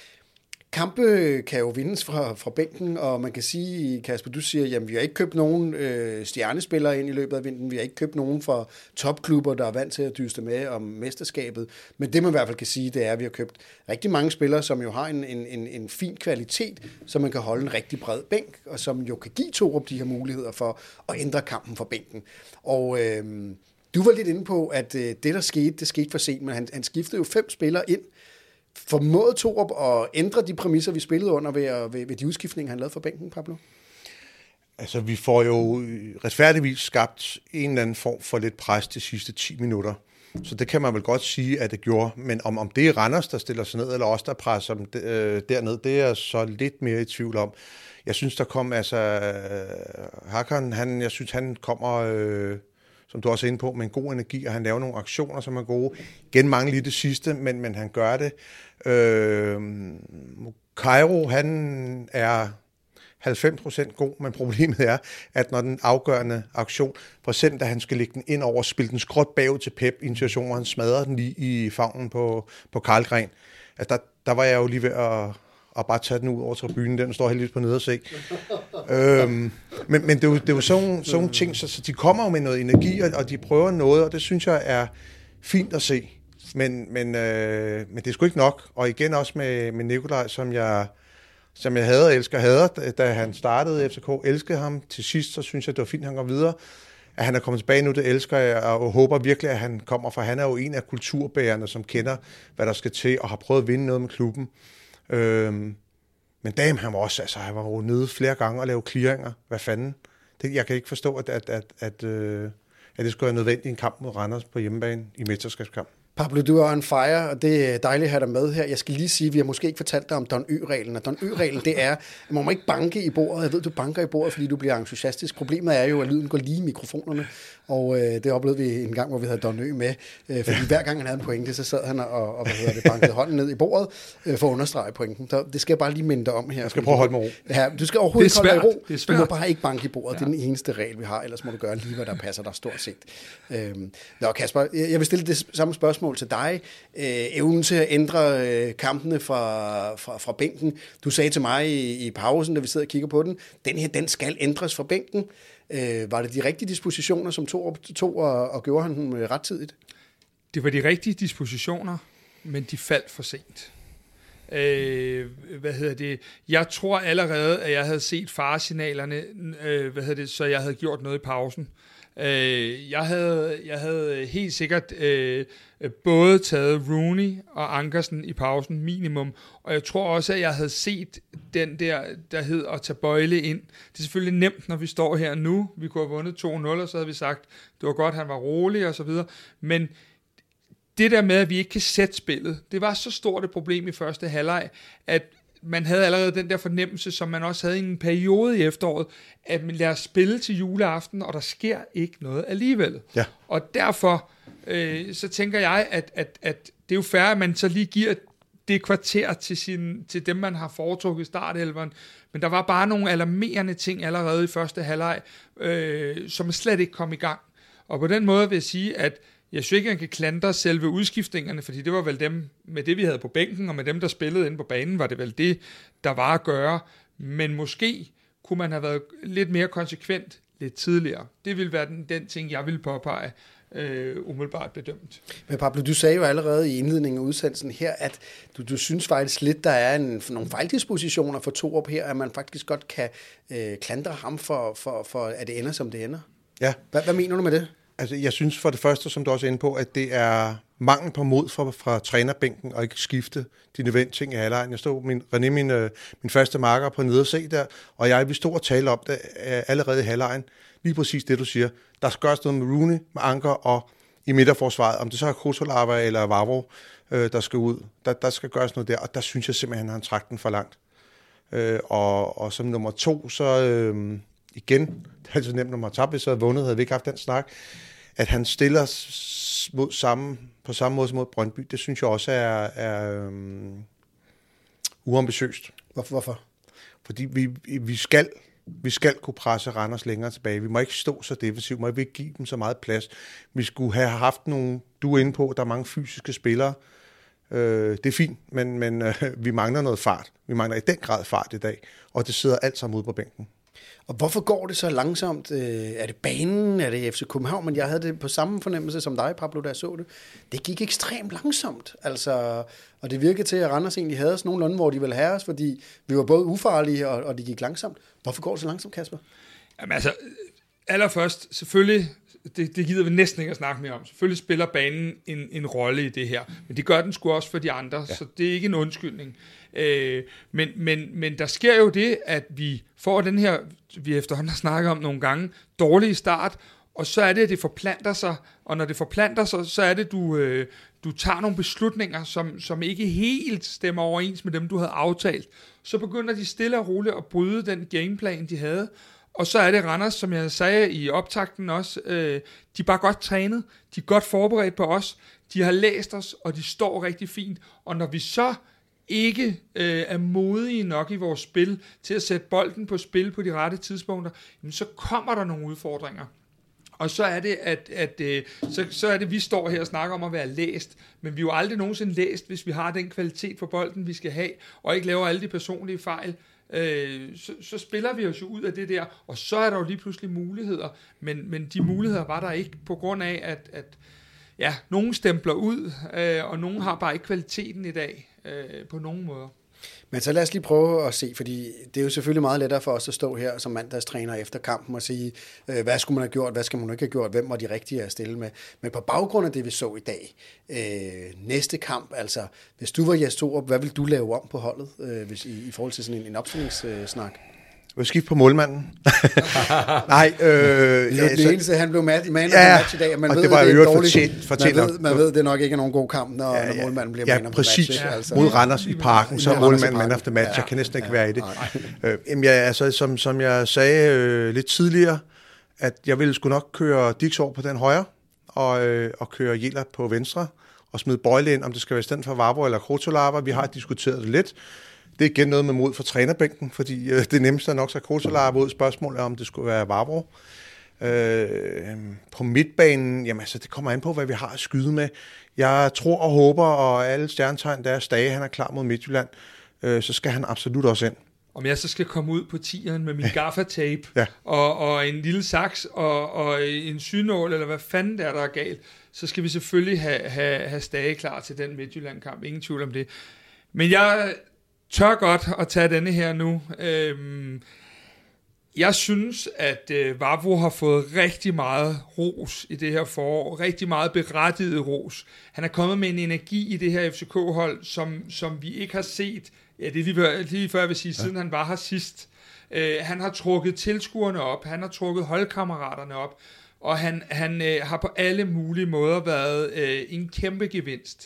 Kampe kan jo vindes fra, fra bænken, og man kan sige, Kasper, du siger, jamen vi har ikke købt nogen øh, stjernespillere ind i løbet af vinteren, vi har ikke købt nogen fra topklubber, der er vant til at dyste med om mesterskabet, men det man i hvert fald kan sige, det er, at vi har købt rigtig mange spillere, som jo har en, en, en, en fin kvalitet, så man kan holde en rigtig bred bænk, og som jo kan give Torup de her muligheder for at ændre kampen fra bænken. Og øh, du var lidt inde på, at øh, det der skete, det skete for sent, men han, han skiftede jo fem spillere ind. Formåede Torup at ændre de præmisser, vi spillede under ved, ved, ved de udskiftninger, han lavede for bænken, Pablo? Altså, vi får jo retfærdigvis skabt en eller anden form for lidt pres de sidste ti minutter. Så det kan man vel godt sige, at det gjorde. Men om, om det er Randers, der stiller sig ned, eller os, der presser dem øh, derned, det er jeg så lidt mere i tvivl om. Jeg synes, der kom, altså, øh, Hakan, han, jeg synes, han kommer... Øh, som du også er inde på, med en god energi, og han laver nogle aktioner, som er gode. Igen mangler lige det sidste, men, men han gør det. Øh, Cairo, han er halvfems procent god, men problemet er, at når den afgørende aktion, for eksempel da han skal lægge den ind over, spille den skråt bagud til Pep, i en situation, hvor han smadrer den lige i favnen på, på Karlgren, altså der, der var jeg jo lige ved at... og bare tage den ud over tribunen. Den står heldigvis på nedersæk. øhm, men, men det er jo, det er jo sådan, sådan ting, så, så de kommer jo med noget energi, og, og de prøver noget, og det synes jeg er fint at se. Men, men, øh, men det er sgu ikke nok. Og igen også med, med Nikolaj, som jeg, som jeg hader og elsker hader, da han startede i F C K, elskede ham. Til sidst, så synes jeg, det var fint, at han går videre. At han er kommet tilbage nu, det elsker jeg, og håber virkelig, at han kommer, for han er jo en af kulturbærerne, som kender, hvad der skal til, og har prøvet at vinde noget med klubben. Øhm, men damn, han var også, altså han var jo nede flere gange og lave clearinger. Hvad fanden? Det, jeg kan ikke forstå, at, at, at, at, øh, at det skulle være nødvendigt i en kamp mod Randers på hjemmebane i mesterskabskamp. Pablo, du er on fire, og det er dejligt at have dig med her. Jeg skal lige sige, at vi har måske ikke fortalt dig om Don Ø-reglen, og Don Ø-reglen, det er, at man må ikke banke i bordet. Jeg ved, du banker i bordet, fordi du bliver entusiastisk. Problemet er jo, at lyden går lige i mikrofonerne, og øh, det oplevede vi en gang, hvor vi havde Don Ø med, øh, fordi hver gang han havde en pointe, så sad han og, og hvad hedder det, bankede hånden ned i bordet øh, for at understrege pointen. Så det skal jeg bare lige minde dig om her. Jeg skal prøve at holde mig ro. Ja, du skal overhovedet ikke holde dig i ro. Det er svært. Du må bare ikke banke i bordet. Ja. Det er den eneste regel, vi har, ellers må du gøre lige, hvad der passer dig stort set. Øhm, Nå, Kasper, jeg vil stille det samme spørgsmål til dig. Øh, evnen til at ændre øh, kampene fra, fra, fra bænken. Du sagde til mig i, i pausen, da vi sidder og kigger på den, den her, den skal ændres fra bænken. Øh, var det de rigtige dispositioner, som tog, tog og, og gjorde han dem rettidigt? Det var de rigtige dispositioner, men de faldt for sent. Øh, hvad hedder det? Jeg tror allerede, at jeg havde set faresignalerne, øh, hvad hedder det, så jeg havde gjort noget i pausen. Øh, jeg, havde, jeg havde helt sikkert øh, både taget Rooney og Ankersen i pausen minimum, og jeg tror også, at jeg havde set den der, der hed at tage Bøjle ind. Det er selvfølgelig nemt, når vi står her nu. Vi kunne have vundet to nul, og så havde vi sagt, det var godt, han var rolig og så videre. Men det der med, at vi ikke kan sætte spillet, det var så stort et problem i første halvleg, at man havde allerede den der fornemmelse, som man også havde i en periode i efteråret, at man lader spille til juleaften, og der sker ikke noget alligevel. Ja. Og derfor øh, så tænker jeg, at, at, at det er jo fair, at man så lige giver det kvarter til, sin, til dem, man har foretrukket startelveren. Men der var bare nogle alarmerende ting allerede i første halvleg, øh, som slet ikke kom i gang. Og på den måde vil jeg sige, at jeg synes ikke, man kan klandre selve udskiftningerne, fordi det var vel dem, med det vi havde på bænken, og med dem, der spillede inde på banen, var det vel det, der var at gøre. Men måske kunne man have været lidt mere konsekvent lidt tidligere. Det ville være den, den ting, jeg ville påpege, øh, umiddelbart bedømt. Men Pablo, du sagde jo allerede i indledningen af udsendelsen her, at du, du synes faktisk lidt, der er en, nogle fejldispositioner for Thorup her, at man faktisk godt kan øh, klandre ham for, for, for, at det ender, som det ender. Ja. Hvad, hvad mener du med det? Altså, jeg synes for det første, som du også er inde på, at det er mangel på mod fra, fra trænerbænken og ikke skifte de nødvendige ting i halvlejen. Jeg stod min, René, min, min første marker på nede og se der, og jeg vil stå og tale om det allerede i halvlejen. Lige præcis det, du siger. Der skal gøres noget med Rooney, med Anker og i midterforsvaret. Om det så er Kosolava eller Vavro, øh, der skal ud. Der, der skal gøres noget der, og der synes jeg simpelthen, at han har trakt den for langt. Øh, og, og som nummer to, så øh, igen, det er altså nemt, når man har tabt, hvis jeg havde vundet, havde vi ikke haft den snak, at han stiller mod samme, på samme måde som mod Brøndby, det synes jeg også er, er um, uambitiøst. Hvorfor? Hvorfor? Fordi vi, vi, skal, vi skal kunne presse Randers længere tilbage. Vi må ikke stå så defensivt, vi må ikke give dem så meget plads. Vi skulle have haft nogle, du er inde på, der er mange fysiske spillere. Øh, det er fint, men, men øh, vi mangler noget fart. Vi mangler i den grad fart i dag, og det sidder alt sammen ude på bænken. Og hvorfor går det så langsomt? Er det banen? Er det F C København? Men jeg havde det på samme fornemmelse som dig, Pablo, da jeg så det. Det gik ekstremt langsomt. Altså, og det virkede til, at Randers egentlig havde os nogenlunde, hvor de ville have os, fordi vi var både ufarlige, og, og det gik langsomt. Hvorfor går det så langsomt, Kasper? Jamen altså, allerførst, selvfølgelig, det, det gider vi næsten ikke at snakke mere om. Selvfølgelig spiller banen en, en rolle i det her, men det gør den sgu også for de andre, ja. Så det er ikke en undskyldning. Øh, men, men, men der sker jo det, at vi får den her, vi efterhånden har snakket om nogle gange, dårlige start, og så er det, at det forplanter sig, og når det forplanter sig, så er det, du, øh, du tager nogle beslutninger, som, som ikke helt stemmer overens med dem, du havde aftalt. Så begynder de stille og roligt at bryde den gameplan, de havde, og så er det Randers, som jeg sagde i optakten også, øh, de er bare godt trænet, de er godt forberedt på os, de har læst os, og de står rigtig fint, og når vi så ikke øh, er modige nok i vores spil til at sætte bolden på spil på de rette tidspunkter, jamen, så kommer der nogle udfordringer. Og så er det, at, at øh, så, så er det, vi står her og snakker om at være læst, men vi er jo aldrig nogensinde læst, hvis vi har den kvalitet for bolden, vi skal have, og ikke laver alle de personlige fejl. Øh, så, så spiller vi os jo ud af det der, og så er der jo lige pludselig muligheder, men, men de muligheder var der ikke på grund af, at, at ja, nogen stempler ud, øh, og nogen har bare ikke kvaliteten i dag øh, på nogen måder. Men så lad os lige prøve at se, fordi det er jo selvfølgelig meget lettere for os at stå her som mandagstræner efter kampen og sige, øh, hvad skulle man have gjort, hvad skal man ikke have gjort, hvem var de rigtige at stille med. Men på baggrund af det, vi så i dag, øh, næste kamp, altså hvis du var Jes Thorup, hvad vil du lave om på holdet øh, hvis, i, i forhold til sådan en, en opstillingssnak? Jeg vil skifte på målmanden. Nej, øh... Det er det eneste, han blev man, man ja, match i dag, og man og ved, det var det er jo dårligt. fortjent, fortjent man, ved, man ved, det nok ikke er nogen god kamp, når, ja, ja, når målmanden bliver ja, man of præcis. the match. Ja, altså. mod Randers i parken, så er målmanden man of the match. Ja, jeg kan næsten ikke ja, være i det. Ja, øh, jamen, ja, altså, som, som jeg sagde øh, lidt tidligere, at jeg ville sgu nok køre Dix over på den højre, og, øh, og køre Jæler på venstre, og smide Bøjle ind, om det skal være i stedet for Vavro eller Krotolava. Vi har diskuteret det lidt. Det er igen noget med mod for trænerbænken, fordi øh, det nemmeste er nok så Krotolava ud. Spørgsmålet om det skulle være Vavro. Øh, på midtbanen, jamen altså, det kommer an på, hvad vi har at skyde med. Jeg tror og håber, og alle stjernetegn, der er Stage, han er klar mod Midtjylland, øh, så skal han absolut også ind. Om jeg så skal komme ud på tieren med min gaffatape, ja. og, og en lille saks, og, og en synål, eller hvad fanden der er, der er galt, så skal vi selvfølgelig have, have, have Stage klar til den Midtjylland-kamp. Ingen tvivl om det. Men jeg tør godt at tage denne her nu. Øhm, jeg synes, at øh, Vavro har fået rigtig meget ros i det her forår. Rigtig meget berettiget ros. Han er kommet med en energi i det her F C K-hold, som, som vi ikke har set. Ja, det er lige, lige før jeg vil sige, siden ja. han var her sidst. Øh, han har trukket tilskuerne op. Han har trukket holdkammeraterne op. og han, han øh, har på alle mulige måder været øh, en kæmpe gevinst.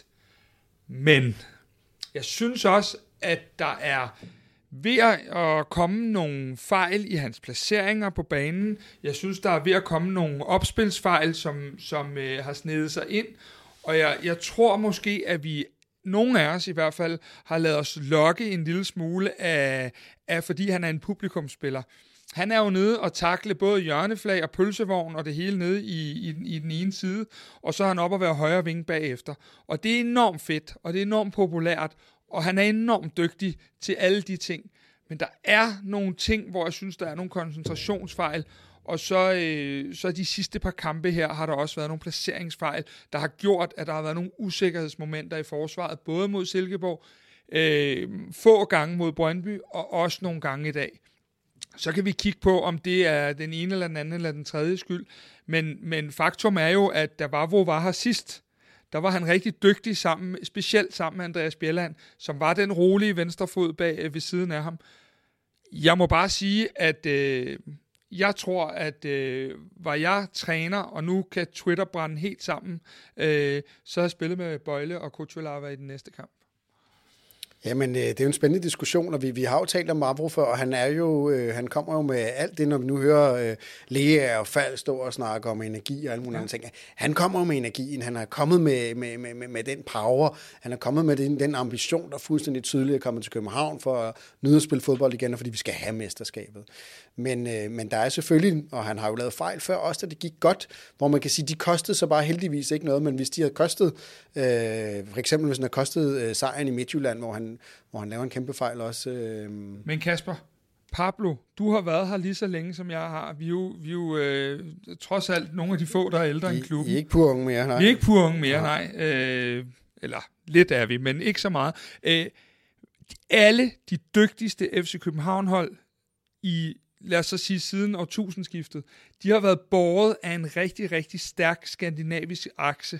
Men jeg synes også, at der er ved at komme nogle fejl i hans placeringer på banen. Jeg synes, der er ved at komme nogle opspilsfejl, som, som øh, har snedet sig ind. Og jeg, jeg tror måske, at vi, nogle af os i hvert fald, har lavet os lokke en lille smule af, af fordi han er en publikumsspiller. Han er jo nede og takle både hjørneflag og pølsevogn og det hele nede i, i, i den ene side, og så er han op at være højre vinge bagefter. Og det er enormt fedt, og det er enormt populært, og han er enormt dygtig til alle de ting. Men der er nogle ting, hvor jeg synes, der er nogle koncentrationsfejl, og så, øh, så de sidste par kampe her har der også været nogle placeringsfejl, der har gjort, at der har været nogle usikkerhedsmomenter i forsvaret, både mod Silkeborg, øh, få gange mod Brøndby, og også nogle gange i dag. Så kan vi kigge på, om det er den ene eller den anden eller den tredje skyld. Men, men faktum er jo, at da Vavro var her sidst, der var han rigtig dygtig sammen, specielt sammen med Andreas Bjelland, som var den rolige venstrefod bag ved siden af ham. Jeg må bare sige, at øh, jeg tror, at øh, var jeg træner, og nu kan Twitter brænde helt sammen, øh, så har jeg spillet med Bøjle og Kuchulava i den næste kamp. Jamen, det er jo en spændende diskussion, og vi, vi har jo talt om Vavro før, og han er jo, øh, han kommer jo med alt det, når vi nu hører øh, Lea og Fald stå og snakke om energi og alle mulige andre ting. Han kommer jo med energien, han er kommet med, med, med, med, med den power, han er kommet med den, den ambition, der fuldstændig tydeligt er kommet til København for at nyde at spille fodbold igen, og fordi vi skal have mesterskabet. Men, øh, men der er selvfølgelig, og han har jo lavet fejl før også, da det gik godt, hvor man kan sige, de kostede så bare heldigvis ikke noget, men hvis de havde kostet, øh, for eksempel hvis han havde kostet øh, sejren i Midtjylland, hvor han, hvor han laver en kæmpe fejl også. Øh. Men Kasper, Pablo, du har været her lige så længe, som jeg har. Vi er jo, vi er jo øh, trods alt nogle af de få, der er ældre I, end klubben. I er ikke pur unge mere, nej. Vi er ikke pur unge mere, nej. nej. Øh, eller lidt er vi, men ikke så meget. Øh, alle de dygtigste F C København-hold i, lad os så sige, siden årtusindskiftet, de har været båret af en rigtig, rigtig stærk skandinavisk akse.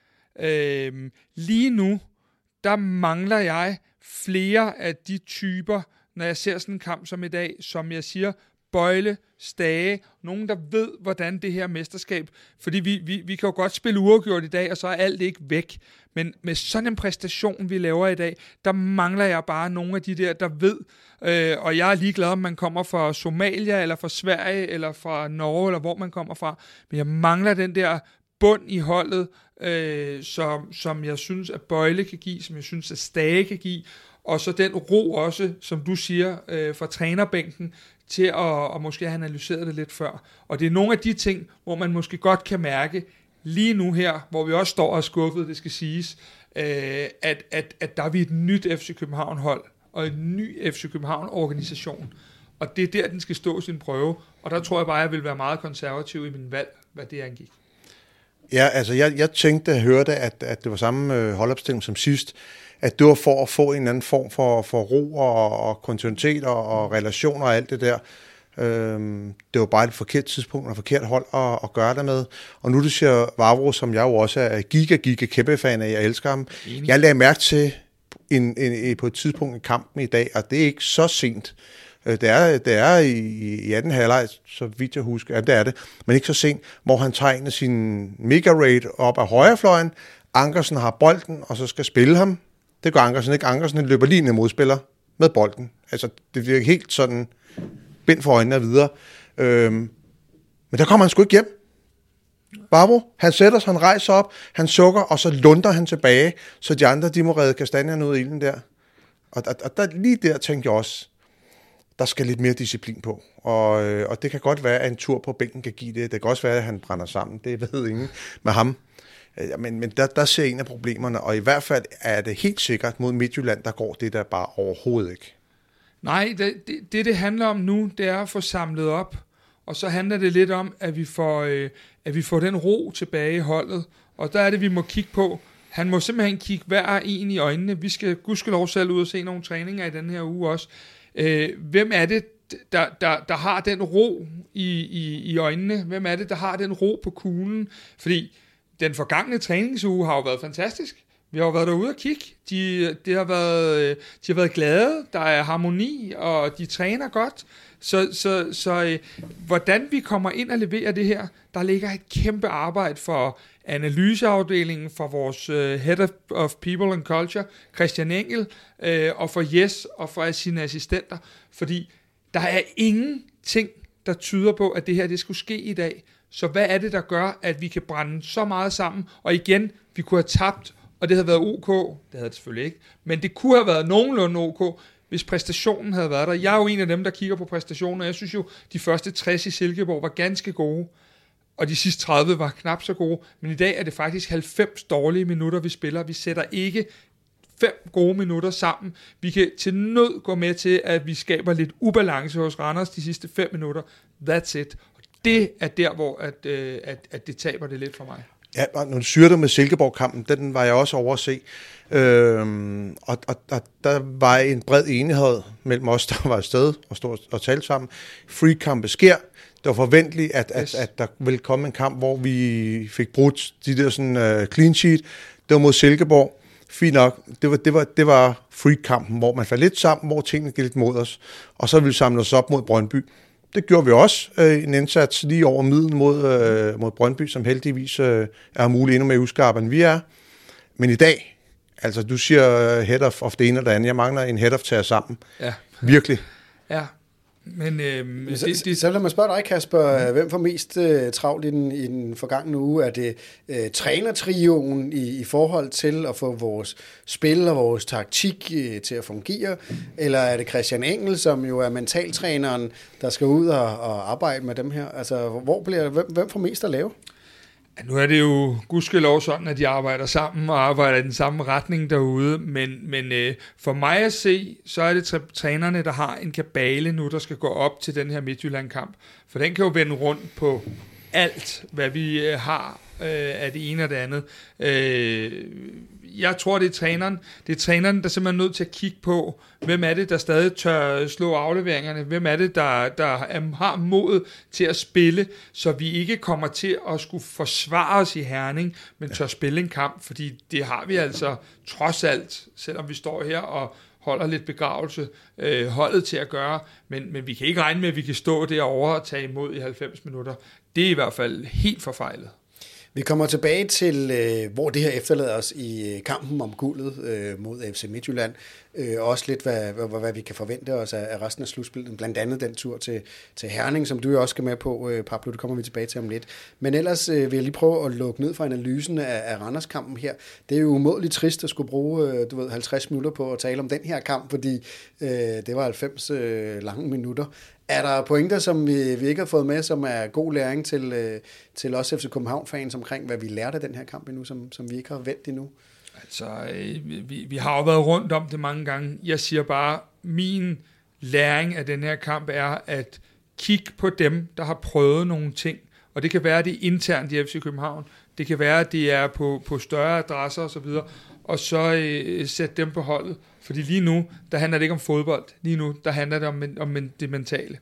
Øh, lige nu, der mangler jeg flere af de typer, når jeg ser sådan en kamp som i dag, som jeg siger, Bøjle, Stage, nogen, der ved, hvordan det her mesterskab, fordi vi, vi, vi kan jo godt spille uafgjort i dag, og så er alt ikke væk, men med sådan en præstation, vi laver i dag, der mangler jeg bare nogle af de der, der ved, øh, og jeg er ligeglad, om man kommer fra Somalia, eller fra Sverige, eller fra Norge, eller hvor man kommer fra, men jeg mangler den der bund i holdet, øh, som, som jeg synes, at Bøjle kan give, som jeg synes, at Stage kan give, og så den ro også, som du siger, øh, fra trænerbænken, til at, at måske have analyseret det lidt før. Og det er nogle af de ting, hvor man måske godt kan mærke, lige nu her, hvor vi også står og er skuffet, det skal siges, øh, at, at, at der er vi et nyt F C København-hold, og en ny F C København-organisation. Og det er der, den skal stå sin prøve. Og der tror jeg bare, at jeg vil være meget konservativ i min valg, hvad det angik. Ja, altså jeg, jeg tænkte, jeg hørte, at, at det var samme øh, holdopstilling som sidst, at det var for at få en eller anden form for, for ro og, og kontinuitet og, og relationer og alt det der. Øhm, det var bare et forkert tidspunkt og et forkert hold at, at gøre det med. Og nu du siger Vavro, som jeg jo også er giga, giga kæmpe fan af, jeg elsker ham. Enig. Jeg lagde mærke til en, en, en, på et tidspunkt i kampen i dag, og det er ikke så sent. Det er, det er i, i anden halvleg, så vidt jeg husker, ja, det er det, men ikke så sent, hvor han tager en af sin mega-raid op af højrefløjen. Ankersen har bolden, og så skal spille ham. Det gør Ankersen ikke. Ankersen løber lige ned modspiller med bolden. Altså, det virker helt sådan bind for øjnene og videre. Øhm, men der kommer han sgu ikke hjem. Vavro, han sætter sig, han rejser op, han sukker, og så lunder han tilbage, så de andre, de må redde kastanjerne ud i ilden der. Og, og, og der, lige der tænkte jeg også, der skal lidt mere disciplin på. Og, og det kan godt være, at en tur på bænken kan give det. Det kan også være, at han brænder sammen. Det ved ingen med ham. Men, men der, der ser en af problemerne, og i hvert fald er det helt sikkert mod Midtjylland, der går det der bare overhovedet ikke. Nej, det det, det, det handler om nu, det er at få samlet op, og så handler det lidt om, at vi får, øh, at vi får den ro tilbage i holdet, og der er det, vi må kigge på. Han må simpelthen kigge hver en i øjnene. Vi skal gudskelov selv ud og se nogle træninger i den her uge også. Øh, hvem er det, der, der, der har den ro i, i, i øjnene? Hvem er det, der har den ro på kuglen? Fordi den forgangne træningsuge har jo været fantastisk. Vi har jo været derude og kigge. De, de, har været, de har været glade, der er harmoni, og de træner godt. Så, så, så øh, hvordan vi kommer ind og leverer det her, der ligger et kæmpe arbejde for analyseafdelingen, for vores øh, Head of, of People and Culture, Christian Engel, øh, og for Jes og for sine assistenter. Fordi der er ingenting, der tyder på, at det her det skulle ske i dag. Så hvad er det, der gør, at vi kan brænde så meget sammen? Og igen, vi kunne have tabt, og det havde været ok. Det havde det selvfølgelig ikke. Men det kunne have været nogenlunde ok, hvis præstationen havde været der. Jeg er jo en af dem, der kigger på præstationen, og jeg synes jo, de første tres i Silkeborg var ganske gode, og de sidste tredive var knap så gode. Men i dag er det faktisk halvfems dårlige minutter, vi spiller. Vi sætter ikke fem gode minutter sammen. Vi kan til nød gå med til, at vi skaber lidt ubalance hos Randers de sidste fem minutter. That's it. Det er der, hvor at, øh, at, at det taber det lidt for mig. Ja, og når du syrer det med Silkeborg-kampen, den var jeg også over at se. Øhm, og, og, og der var en bred enighed mellem os, der var afsted og stod og talte sammen. Free-kampe sker. Det var forventeligt, at, yes. at, at der ville komme en kamp, hvor vi fik brudt de der sådan uh, clean sheet. Det var mod Silkeborg. Fint nok. Det var, det var, det var free-kampen, hvor man faldt lidt sammen, hvor tingene gik lidt mod os. Og så ville vi samle os op mod Brøndby. Det gjorde vi også. Øh, en indsats lige over middel mod, øh, mod Brøndby, som heldigvis øh, er muligt endnu mere uskarp, end vi er. Men i dag, altså du siger head of, of det ene og det andet. Jeg mangler en head of til at sammen. Ja. Virkelig. Ja. Men, øh, så, det, det, så lad mig spørge dig, Kasper, hvem får mest øh, travlt i den, i den forgangne uge? Er det øh, trænertrioen i, i forhold til at få vores spil og vores taktik øh, til at fungere? Eller er det Christian Engel, som jo er mentaltræneren, der skal ud og, og arbejde med dem her? Altså, hvor bliver, hvem, hvem får mest at lave? Ja, nu er det jo gudskelov sådan, at de arbejder sammen og arbejder i den samme retning derude, men, men øh, for mig at se, så er det trænerne, der har en kabale nu, der skal gå op til den her Midtjylland-kamp. For den kan jo vende rundt på alt, hvad vi øh, har øh, af det ene og det andet. Øh, jeg tror, det er træneren. Det er træneren, der simpelthen er nødt til at kigge på, hvem er det, der stadig tør slå afleveringerne? Hvem er det, der, der har mod til at spille, så vi ikke kommer til at skulle forsvare os i Herning, men tør spille en kamp? Fordi det har vi altså trods alt, selvom vi står her og holder lidt begravelse, øh, holdet til at gøre, men, men vi kan ikke regne med, at vi kan stå derovre og tage imod i halvfems minutter. Det er i hvert fald helt forfejlet. Vi kommer tilbage til, øh, hvor det her efterlader os i kampen om guldet øh, mod F C Midtjylland. Øh, også lidt, hvad, hvad, hvad vi kan forvente os af, af resten af slutspillet. Blandt andet den tur til, til Herning, som du jo også skal med på, øh, Pablo. Det kommer vi tilbage til om lidt. Men ellers øh, vil jeg lige prøve at lukke ned for analysen af, af Randers-kampen her. Det er jo umådeligt trist at skulle bruge øh, du ved, halvtreds minutter på at tale om den her kamp, fordi øh, det var halvfems øh, lange minutter. Er der pointer, som vi, vi ikke har fået med, som er god læring til, øh, til os F C København-fans omkring, hvad vi lærte af den her kamp endnu, som, som vi ikke har vendt endnu? Altså, øh, vi, vi har jo været rundt om det mange gange. Jeg siger bare, min læring af den her kamp er at kigge på dem, der har prøvet nogle ting. Og det kan være, at det er internt i F C København. Det kan være, at det er på, på større adresser osv. Og så øh, sætte dem på holdet. Fordi lige nu, der handler det ikke om fodbold. Lige nu, der handler det om, om det mentale.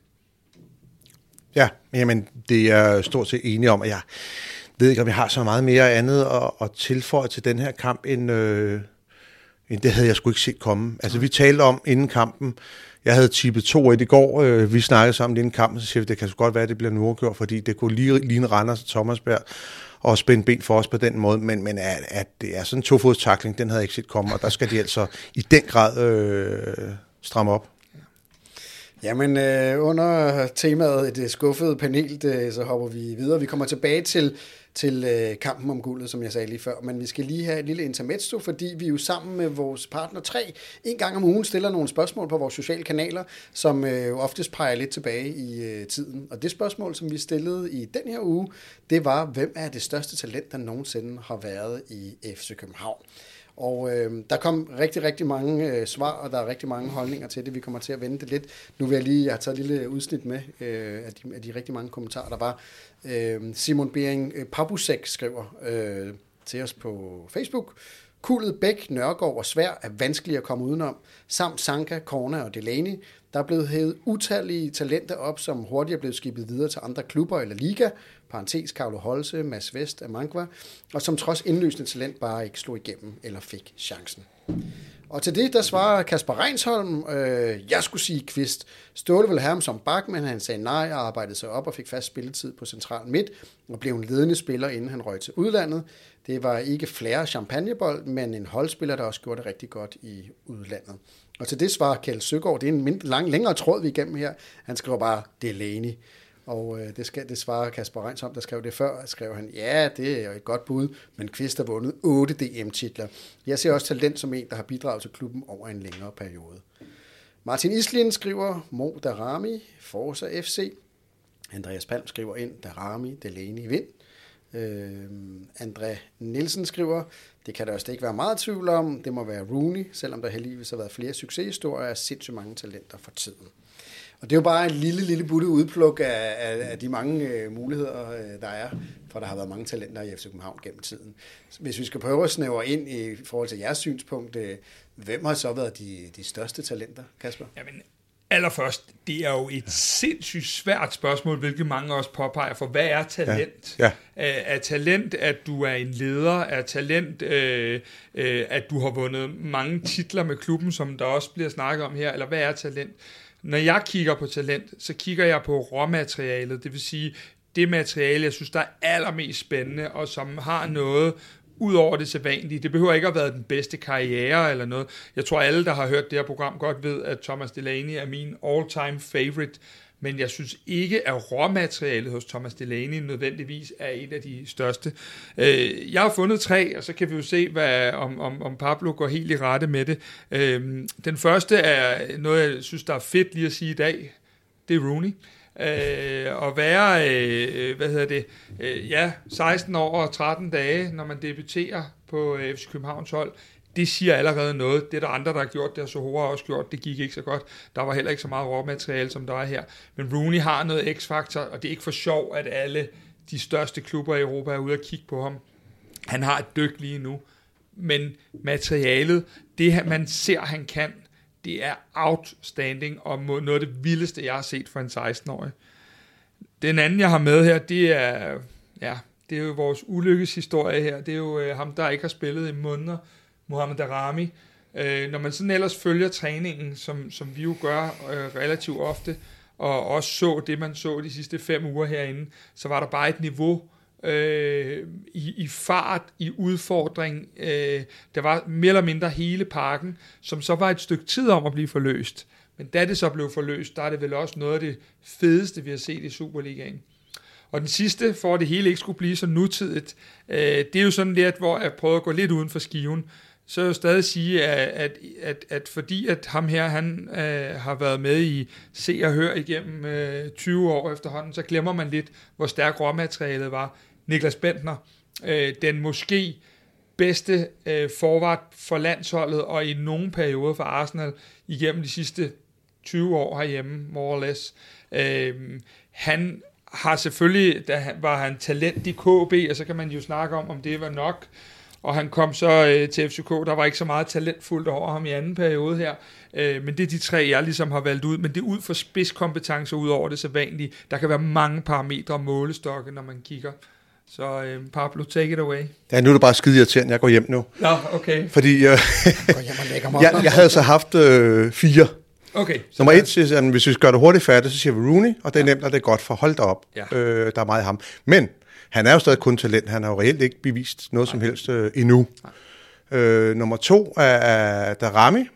Ja, jamen det er jeg stort set enig om, at jeg ved ikke, om jeg har så meget mere andet at, at tilføje til den her kamp, end, øh, end det havde jeg sgu ikke set komme. Altså vi talte om inden kampen, jeg havde tippet to et i går, øh, vi snakkede sammen inden kampen, så siger vi, det kan så godt være, at det bliver nu gjort, fordi det kunne lige ligne Randers og Thomasberg og spænde ben for os på den måde, men, men at, at det er sådan en tofodstakling, den havde jeg ikke set komme, og der skal de altså i den grad øh, stramme op. Jamen, øh, under temaet et skuffet panel, det, så hopper vi videre. Vi kommer tilbage til, til øh, kampen om guldet, som jeg sagde lige før, men vi skal lige have et lille intermezzo, fordi vi jo sammen med vores partner tre en gang om ugen stiller nogle spørgsmål på vores sociale kanaler, som øh, jo oftest peger lidt tilbage i øh, tiden. Og det spørgsmål, som vi stillede i den her uge, det var, hvem er det største talent, der nogensinde har været i F C København? Og øh, der kom rigtig, rigtig mange øh, svar, og der er rigtig mange holdninger til det. Vi kommer til at vende det lidt. Nu vil jeg lige, jeg har taget et lille udsnit med øh, af, de, af de rigtig mange kommentarer, der var. Øh, Simon Bering øh, Pabusek skriver øh, til os på Facebook. Kuldet, Bæk, Nørgaard og Svær er vanskelige at komme udenom, samt Sanka, Korna og Delaney. Der er blevet hævet utallige talenter op, som hurtigt er blevet skibet videre til andre klubber eller liga, parentes Carlo Holse, Mads Vest, Amankwa, og som trods indløsende talent bare ikke slog igennem eller fik chancen. Og til det, der svarer Kasper Reinsholm, øh, jeg skulle sige Kvist. Ståle ville have ham som bak, men han sagde nej og arbejdede sig op og fik fast spilletid på central midt, og blev en ledende spiller, inden han røg til udlandet. Det var ikke flere champagnebold, men en holdspiller, der også gjorde det rigtig godt i udlandet. Og til det svarer Kjeld Søgaard, det er en lang, længere tråd, vi er igennem her. Han skriver bare, Delaney. Og øh, det, skal, det svarer Kasper Reinsholm, der skrev det før, skrev han, ja, det er jo et godt bud, men Kvist har vundet otte D M-titler. Jeg ser også talent som en, der har bidraget til klubben over en længere periode. Martin Islin skriver, Mo Darami, Forza F C. Andreas Palm skriver ind, Darami, Delaney, vind. Øh, André Nielsen skriver, det kan der også ikke være meget tvivl om, det må være Rooney, selvom der heldigvis har været flere succeshistorier af sindssygt mange talenter for tiden. Og det er jo bare en lille, lille butte udpluk af, af, af de mange øh, muligheder, øh, der er, for der har været mange talenter i F C København gennem tiden. Hvis vi skal prøve at snævre ind i forhold til jeres synspunkt, øh, hvem har så været de, de største talenter, Kasper? Jamen, allerførst, det er jo et sindssygt svært spørgsmål, hvilket mange også påpeger, for hvad er talent? Ja. Ja. Er talent, at du er en leder? Er talent, øh, øh, at du har vundet mange titler med klubben, som der også bliver snakket om her? Eller hvad er talent? Når jeg kigger på talent, så kigger jeg på råmaterialet, det vil sige det materiale, jeg synes, der er allermest spændende, og som har noget ud over det sædvanlige. Det behøver ikke at have været den bedste karriere eller noget. Jeg tror, alle, der har hørt det her program, godt ved, at Thomas Delaney er min all-time favorite, men jeg synes ikke, at råmaterialet hos Thomas Delaney nødvendigvis er et af de største. Jeg har fundet tre, og så kan vi jo se, hvad, om, om, om Pablo går helt i rette med det. Den første er noget, jeg synes, der er fedt lige at sige i dag. Det er Rooney. Øh, at være, øh, hvad hedder det, øh, ja, seksten år og tretten dage, når man debuterer på øh, F C Københavns hold, det siger allerede noget. Det er der andre, der har gjort det, og Sohora har også gjort det, gik ikke så godt. Der var heller ikke så meget råmateriale, som der er her. Men Rooney har noget x-faktor, og det er ikke for sjov, at alle de største klubber i Europa er ude og kigge på ham. Han har et dyk lige nu, men materialet, det man ser, han kan, det er outstanding, og noget af det vildeste, jeg har set for en seksten-årig. Den anden, jeg har med her, det er, ja, det er jo vores ulykkeshistorie her. Det er jo øh, ham, der ikke har spillet i måneder, Mohamed Darami. Øh, når man sådan ellers følger træningen, som, som vi jo gør øh, relativt ofte, og også så det, man så de sidste fem uger herinde, så var der bare et niveau øh, i, i fart, i udfordring. Øh, der var mere eller mindre hele pakken, som så var et stykke tid om at blive forløst. Men da det så blev forløst, der er det vel også noget af det fedeste, vi har set i Superligaen. Og den sidste, for at det hele ikke skulle blive så nutidigt, øh, det er jo sådan lidt, hvor jeg prøver at gå lidt uden for skiven, så er jeg jo stadig sige, at, at, at, at fordi at ham her, han øh, har været med i Se og Hør igennem øh, tyve år efterhånden, så glemmer man lidt, hvor stærk råmaterialet var. Niklas Bentner, øh, den måske bedste øh, forward for landsholdet, og i nogle perioder for Arsenal igennem de sidste tyve år herhjemme, more or less. Øh, han har selvfølgelig, da han, var han talent i K B, og så kan man jo snakke om, om det var nok, og han kom så øh, til F C K, der var ikke så meget talentfuldt over ham i anden periode her, øh, men det er de tre, jeg ligesom har valgt ud, men det er ud for spidskompetencer ud over det sædvanlige. Der kan være mange parametre og målestokke, når man kigger. Så øh, Pablo, take it away. Ja, nu er det bare skide irriterende, jeg går hjem nu. Nå, okay. Fordi øh, Går hjem og lægger mig jeg, jeg havde så haft øh, fire. Okay. Nummer et, siger, at hvis vi gør det hurtigt færdigt, så siger vi Rooney, og det er nemt, og det er godt for hold da op. Ja. Øh, der er meget af ham. Men han er jo stadig kun talent. Han har jo reelt ikke bevist noget Nej. som helst øh, endnu. Øh, nummer to er, er Darami,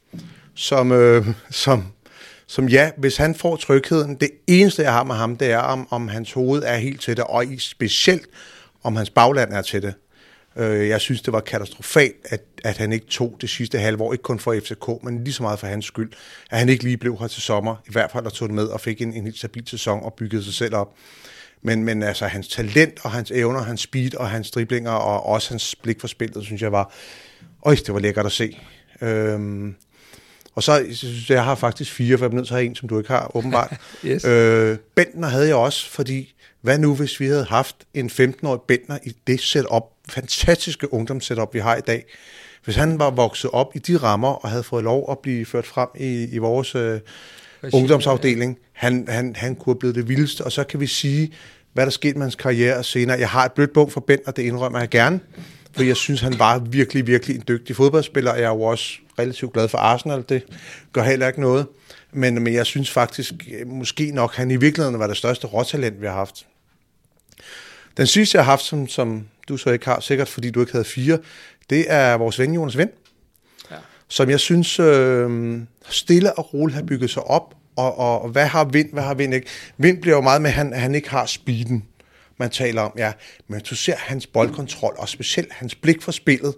som, øh, som, som ja, hvis han får trygheden, det eneste, jeg har med ham, det er, om, om hans hoved er helt til det, og i specielt, om hans bagland er til det. Øh, jeg synes, det var katastrofalt, at, at han ikke tog det sidste halvår, ikke kun for F C K, men lige så meget for hans skyld, at han ikke lige blev her til sommer, i hvert fald, der tog det med og fik en, en helt stabil sæson og byggede sig selv op. Men, men altså, hans talent og hans evner, hans speed og hans driblinger og også hans blik for spillet, synes jeg var, øj, det var lækkert at se. Øhm, og så synes jeg, jeg har faktisk fire, for jeg er nødt til at have en, som du ikke har, åbenbart. Yes. øh, Bentner havde jeg også, fordi hvad nu, hvis vi havde haft en femten-årig Bentner i det setup, fantastiske ungdomssetup, vi har i dag. Hvis han var vokset op i de rammer og havde fået lov at blive ført frem i, i vores... Øh, ungdomsafdeling. Han, han, han kunne have blevet det vildeste, og så kan vi sige, hvad der skete med hans karriere senere. Jeg har et blødt punkt for Bent, og det indrømmer jeg gerne, for jeg synes, han var virkelig, virkelig en dygtig fodboldspiller. Jeg er jo også relativt glad for Arsenal, det gør heller ikke noget. Men, men jeg synes faktisk, måske nok, han i virkeligheden var det største råtalent, vi har haft. Den sidste, jeg har haft, som, som du så ikke har, sikkert fordi du ikke havde fire, det er vores ven Jonas Vind, ja. Som jeg synes øh, stille og roligt har bygget sig op. Og, og, og hvad har Vind, hvad har Vind ikke? Vind bliver jo meget med, at han, han ikke har speeden, man taler om. Ja. Men du ser hans boldkontrol, og specielt hans blik for spillet,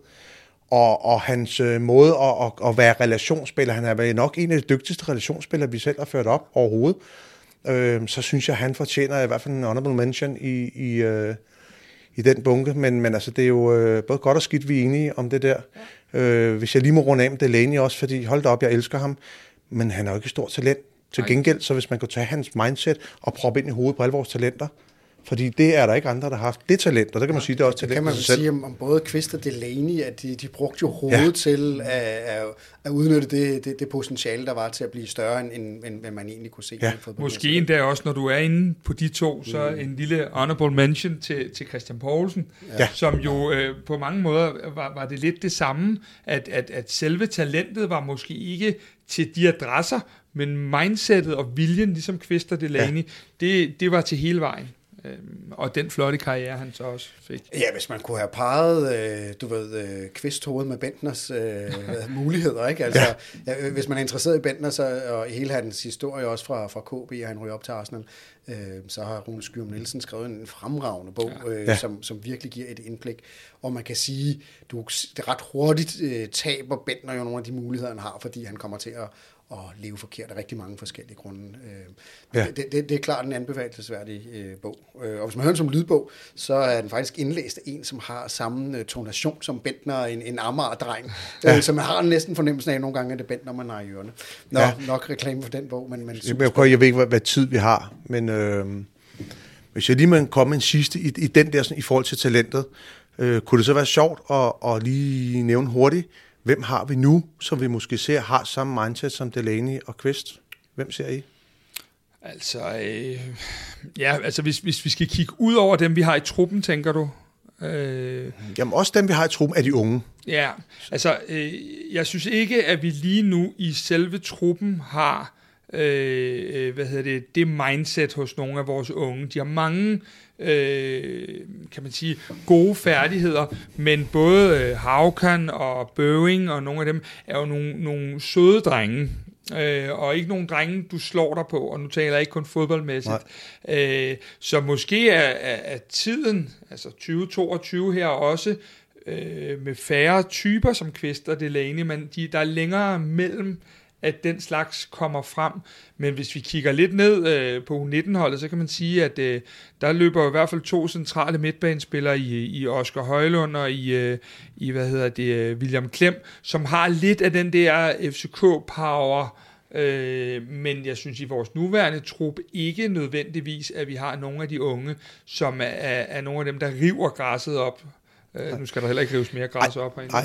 og, og hans øh, måde at, at, at være relationsspiller. Han er nok en af de dygtigste relationsspillere, vi selv har ført op overhovedet. Øh, så synes jeg, han fortjener i hvert fald en honorable mention i, i, øh, i den bunke. Men, men altså, det er jo øh, både godt og skidt, vi er enige om det der. Ja. Øh, hvis jeg lige må runde af med Delaney også, fordi hold da op, jeg elsker ham. Men han er jo ikke et stort talent. Til gengæld, så hvis man kunne tage hans mindset og proppe ind i hovedet på alle vores talenter, fordi det er der ikke andre, der har haft det talent, og det kan man sige, det er også talent. Det kan man sige om, om både Kvist og Delaney, at de, de brugte jo hovedet ja. til at, at, at udnytte det, det, det potentiale, der var til at blive større, end, end, end hvad man egentlig kunne se. Ja. Måske endda også, når du er inde på de to, så mm. en lille honorable mention til, til Christian Poulsen, ja. som jo øh, på mange måder var, var det lidt det samme, at, at, at selve talentet var måske ikke til de adresser, men mindsetet og viljen, ligesom Kvist og Delaney, ja. det, det var til hele vejen. Øhm, og den flotte karriere, han så også fik. Ja, hvis man kunne have parret, øh, du ved, øh, Kvist hoved med Bendtners øh, muligheder, ikke? Altså, ja. Ja, hvis man er interesseret i Bendtner, så, og hele hans historie også fra, fra K B, og han ryger op til Arsenal, øh, så har Rune Skyrum Nielsen skrevet en fremragende bog, øh, ja. som, som virkelig giver et indblik. Og man kan sige, du det ret hurtigt øh, taber Bendtner jo nogle af de muligheder, han har, fordi han kommer til at og leve forkert af rigtig mange forskellige grunde. Ja. Det, det, det er klart en anbefalelsesværdig øh, bog. Og hvis man hører den som lydbog, så er den faktisk indlæst af en, som har samme øh, tonation som Bendtner, en, en Amager-dreng. Ja. Øh, så man har næsten fornemmelsen af nogle gange, at det er Bendtner, man har i ørene. Nå, ja. Nok reklame for den bog, men... men jeg, jeg, jeg ved ikke, hvad, hvad tid vi har, men øh, hvis jeg lige må komme en sidste i, i den der, sådan, i forhold til talentet, øh, kunne det så være sjovt at, at lige nævne hurtigt, hvem har vi nu, som vi måske ser, har samme mindset som Delaney og Kvist? Hvem ser I? Altså, øh, ja, altså hvis, hvis vi skal kigge ud over dem, vi har i truppen, tænker du? Øh, Jamen også dem, vi har i truppen, er de unge. Ja, altså øh, jeg synes ikke, at vi lige nu i selve truppen har øh, hvad hedder det, det mindset hos nogle af vores unge. De har mange øh, kan man sige, gode færdigheder, men både øh, Haukan og Bøving og nogle af dem er jo nogle, nogle søde drenge, øh, og ikke nogle drenge, du slår dig på, og nu taler jeg ikke kun fodboldmæssigt. Øh, så måske er, er, er tiden, altså tyve toogtyve her også, øh, med færre typer som Kvist og Delaney, men de, der er længere mellem, at den slags kommer frem. Men hvis vi kigger lidt ned øh, på U nitten-holdet, så kan man sige, at øh, der løber i hvert fald to centrale midtbanespillere i, i Oscar Højlund og i, øh, i hvad hedder det, William Klem, som har lidt af den der F C K-power, øh, men jeg synes i vores nuværende trup ikke nødvendigvis, at vi har nogle af de unge, som er, er nogle af dem, der river græsset op. Uh, nu skal der heller ikke rives mere græs op herinde.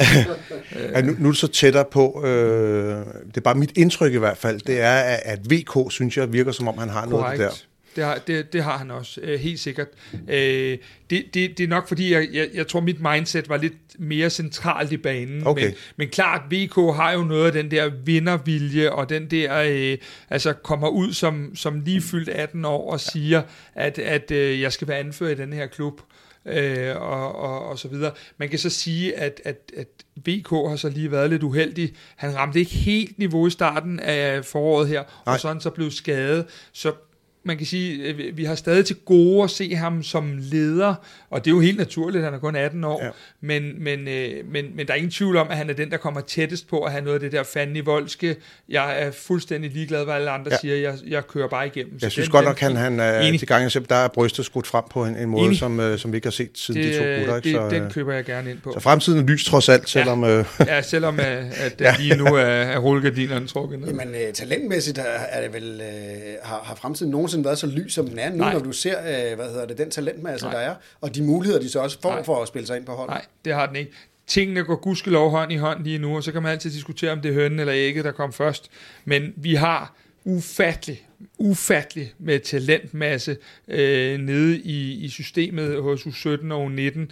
Ja, nu, nu er det så tættere på, øh, det er bare mit indtryk i hvert fald, det er, at V K, synes jeg, virker som om han har Korrekt. noget af det der. Det har, det, det har han også, øh, helt sikkert. Øh, det, det, det er nok fordi, jeg, jeg, jeg tror, mit mindset var lidt mere centralt i banen. Okay. Men, men klart, V K har jo noget af den der vindervilje, og den der, øh, altså kommer ud som, som lige fyldt atten år og siger, at, at øh, jeg skal være anfører i den her klub. Øh, og, og, og så videre. Man kan så sige, at, at, at V K har så lige været lidt uheldig. Han ramte ikke helt niveau i starten af foråret her, Nej. og sådan så blev skadet. Så man kan sige, at vi har stadig til gode at se ham som leder, og det er jo helt naturligt, han er kun atten år, ja. men, men, øh, men, men der er ingen tvivl om, at han er den, der kommer tættest på at have noget af det der fandme voldske. Jeg er fuldstændig ligeglad, hvad alle andre ja. siger. Jeg, jeg kører bare igennem. Jeg synes den, godt nok, han, han er til gang, der er brystet skudt frem på en, en måde, som, øh, som vi ikke har set siden det, de to gutter. Ikke? Så, det, den køber jeg gerne ind på. Så fremtiden er lys trods alt, selvom... Ja, øh, ja selvom at, at ja. lige nu er, er rullegardinerne trukket ned. Jamen, øh, talentmæssigt er det vel, øh, har, har fremtiden nogensinde været så lys, som den er nu, Nej. når du ser, øh, hvad hedder det, den talentmasse, Nej. der er, og de muligheder, de så også får Nej. for at spille sig ind på holdet. Nej, det har den ikke. Tingene går gudskelov hånd i hånd lige nu, og så kan man altid diskutere, om det er hønnen eller ægget, der kom først. Men vi har ufattelig, ufattelig med talentmasse øh, nede i, i systemet hos U sytten og U nitten.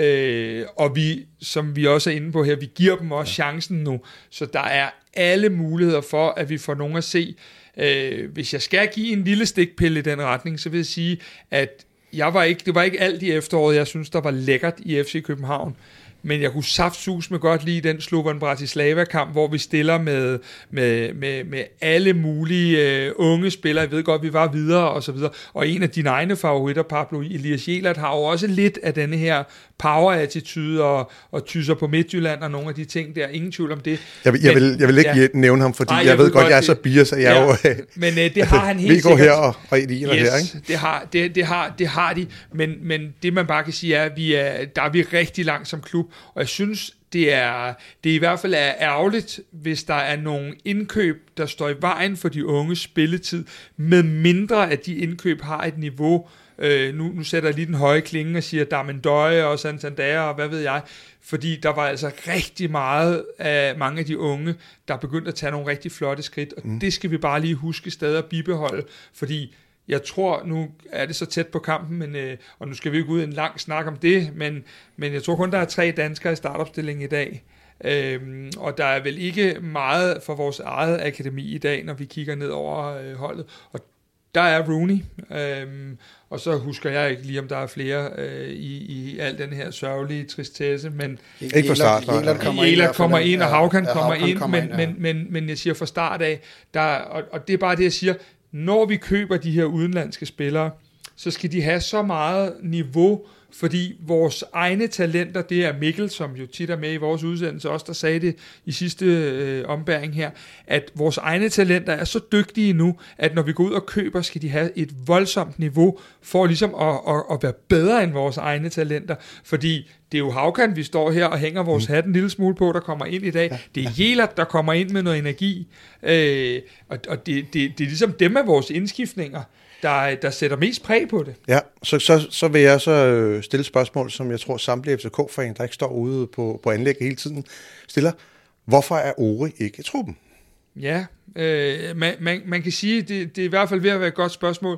Øh, og vi, som vi også er inde på her, vi giver dem også chancen nu. Så der er alle muligheder for, at vi får nogen at se. Øh, hvis jeg skal give en lille stikpille i den retning, så vil jeg sige, at jeg var ikke, det var ikke alt i efteråret, jeg synes, der var lækkert i F C København. Men jeg kunne saftsus med godt lide den Slovan Bratislava-kamp, hvor vi stiller med, med, med, med alle mulige øh, unge spillere. Jeg ved godt, vi var videre og så videre. Og en af dine egne favoritter, Pablo Elias Jelert, har jo også lidt af denne her power-attitude og, og tyser på Midtjylland og nogle af de ting der. Ingen tvivl om det. Jeg vil, jeg vil, jeg vil ikke ja. nævne ham, fordi Ej, jeg, jeg ved, ved godt, jeg er så bias, at jeg ja. jo... Men øh, det har han helt sikkert. Vi går her og, og i yes, her, ikke? Det har, det, det, har, det har de. Men, men det, man bare kan sige, er, at vi er, der er vi rigtig langt som klub. Og jeg synes, det er, det er i hvert fald er ærgerligt, hvis der er nogle indkøb, der står i vejen for de unge spilletid, med mindre at de indkøb har et niveau. Øh, nu, nu sætter jeg lige den høje klinge og siger Damendøje og Santander og hvad ved jeg, fordi der var altså rigtig meget af mange af de unge, der begyndte at tage nogle rigtig flotte skridt, og mm. det skal vi bare lige huske stadig at bibeholde, fordi jeg tror, nu er det så tæt på kampen, men, øh, og nu skal vi ikke ud i en lang snak om det, men, men jeg tror kun, der er tre danskere i startopstillingen i dag. Øhm, og der er vel ikke meget for vores eget akademi i dag, når vi kigger ned over øh, holdet. Og der er Rooney, øhm, og så husker jeg ikke lige, om der er flere øh, i, i al den her sørgelige tristesse, men ikke for start. Jelert kommer, Jelert kommer ind, og Haukan kommer ind, men, men, men, men jeg siger fra start af, der, og, og det er bare det, jeg siger, når vi køber de her udenlandske spillere, så skal de have så meget niveau, fordi vores egne talenter, det er Mikkel, som jo tit er med i vores udsendelse, også der sagde det i sidste øh, ombæring her, at vores egne talenter er så dygtige nu, at når vi går ud og køber, skal de have et voldsomt niveau, for ligesom at, at, at være bedre end vores egne talenter, fordi det er jo Haukan, vi står her og hænger vores hat en lille smule på, der kommer ind i dag. Det er Jelert, der kommer ind med noget energi, øh, og, og det, det, det er ligesom dem af vores indskiftninger, Der, der sætter mest præg på det. Ja, så, så, så vil jeg så stille et spørgsmål, som jeg tror samtlige F C K-fan, der ikke står ude på, på anlæg hele tiden, stiller. Hvorfor er Ori ikke i truppen? Ja, øh, man, man, man kan sige, det, det er i hvert fald ved at være et godt spørgsmål,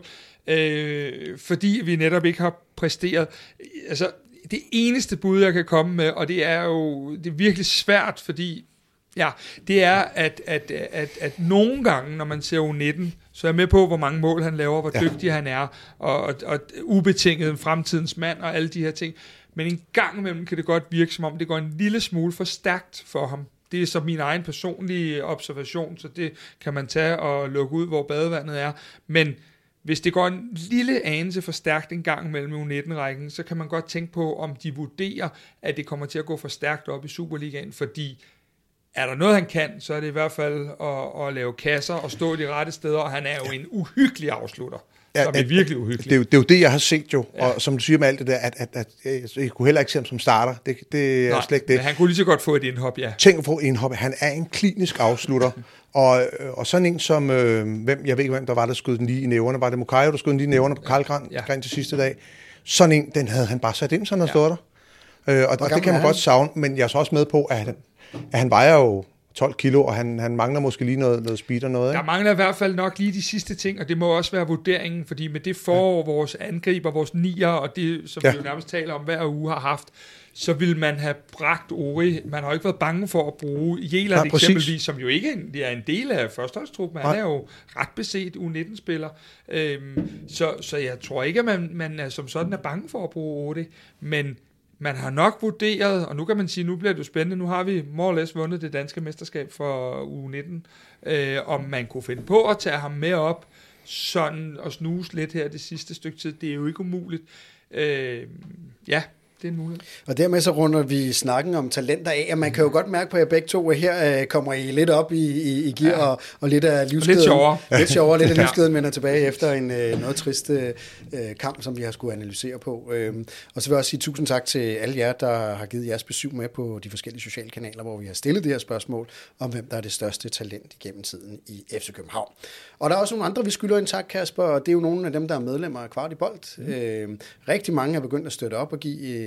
øh, fordi vi netop ikke har præsteret. Altså, det eneste bud, jeg kan komme med, og det er jo det er virkelig svært, fordi ja, det er, at, at, at, at nogle gange, når man ser U nitten, så er jeg med på, hvor mange mål han laver, hvor ja. dygtig han er, og, og, og ubetinget fremtidens mand, og alle de her ting. Men en gang imellem kan det godt virke, som om det går en lille smule for stærkt for ham. Det er så min egen personlige observation, så det kan man tage og lukke ud, hvor badevandet er. Men hvis det går en lille anelse for stærkt en gang mellem U nitten-rækken, så kan man godt tænke på, om de vurderer, at det kommer til at gå for stærkt op i Superligaen, fordi er der noget, han kan, så er det i hvert fald at, at lave kasser og stå i de rette steder, og han er jo en uhyggelig afslutter, ja, som er at, virkelig uhyggelig. Det er, jo, det er jo det, jeg har set jo, ja. Og som du siger med alt det der, at, at, at, at jeg kunne heller ikke se ham som starter. Det, det er Nej, slet ikke det. Men han kunne lige så godt få et indhop, ja. Tænk på et indhop. Han er en klinisk afslutter, og, og sådan en som, øh, hvem, jeg ved ikke, hvem der var, der skød den lige i næverne. Var det Mukayo, der skød den lige i næverne på Karlgren ja. til sidste dag? Sådan en, den havde han bare sat ind, sådan han ja. stod der. Øh, og, og det kan man godt savne, men jeg er så også med på, at han, at han vejer jo tolv kilo, og han, han mangler måske lige noget, noget speed og noget, ikke? Der mangler i hvert fald nok lige de sidste ting, og det må også være vurderingen, fordi med det får ja. vores angriber, vores nier, og det, som ja. vi jo nærmest taler om hver uge har haft, så vil man have bragt Ori. Man har jo ikke været bange for at bruge Jelert eksempelvis, som jo ikke er en del af førsteholdstruppen. Han er jo ret beset U nitten-spiller. Øhm, så, så jeg tror ikke, at man, man er som sådan er bange for at bruge Ori, men man har nok vurderet, og nu kan man sige, nu bliver det jo spændende, nu har vi more or less vundet det danske mesterskab for U nitten, øh, om man kunne finde på at tage ham med op, sådan og snuse lidt her det sidste stykke tid, det er jo ikke umuligt. Øh, ja, det er en mulighed. Og dermed så runder vi snakken om talenter af, og man kan jo godt mærke på jer begge to, at her øh, kommer I lidt op i, i, i gear, ja. og, og lidt af livsglæden. Lidt sjovere. Lidt sjovere, lidt af livsglæden vender tilbage efter en øh, noget trist øh, kamp, som vi har skulle analysere på. Øhm, og så vil jeg også sige tusind tak til alle jer, der har givet jeres besøg med på de forskellige sociale kanaler, hvor vi har stillet det her spørgsmål om, hvem der er det største talent igennem tiden i F C København. Og der er også nogle andre, vi skylder en tak, Kasper, og det er jo nogle af dem, der er medlemmer af Kvart i Bold. Mm. Øh, rigtig mange har begyndt at støtte op og give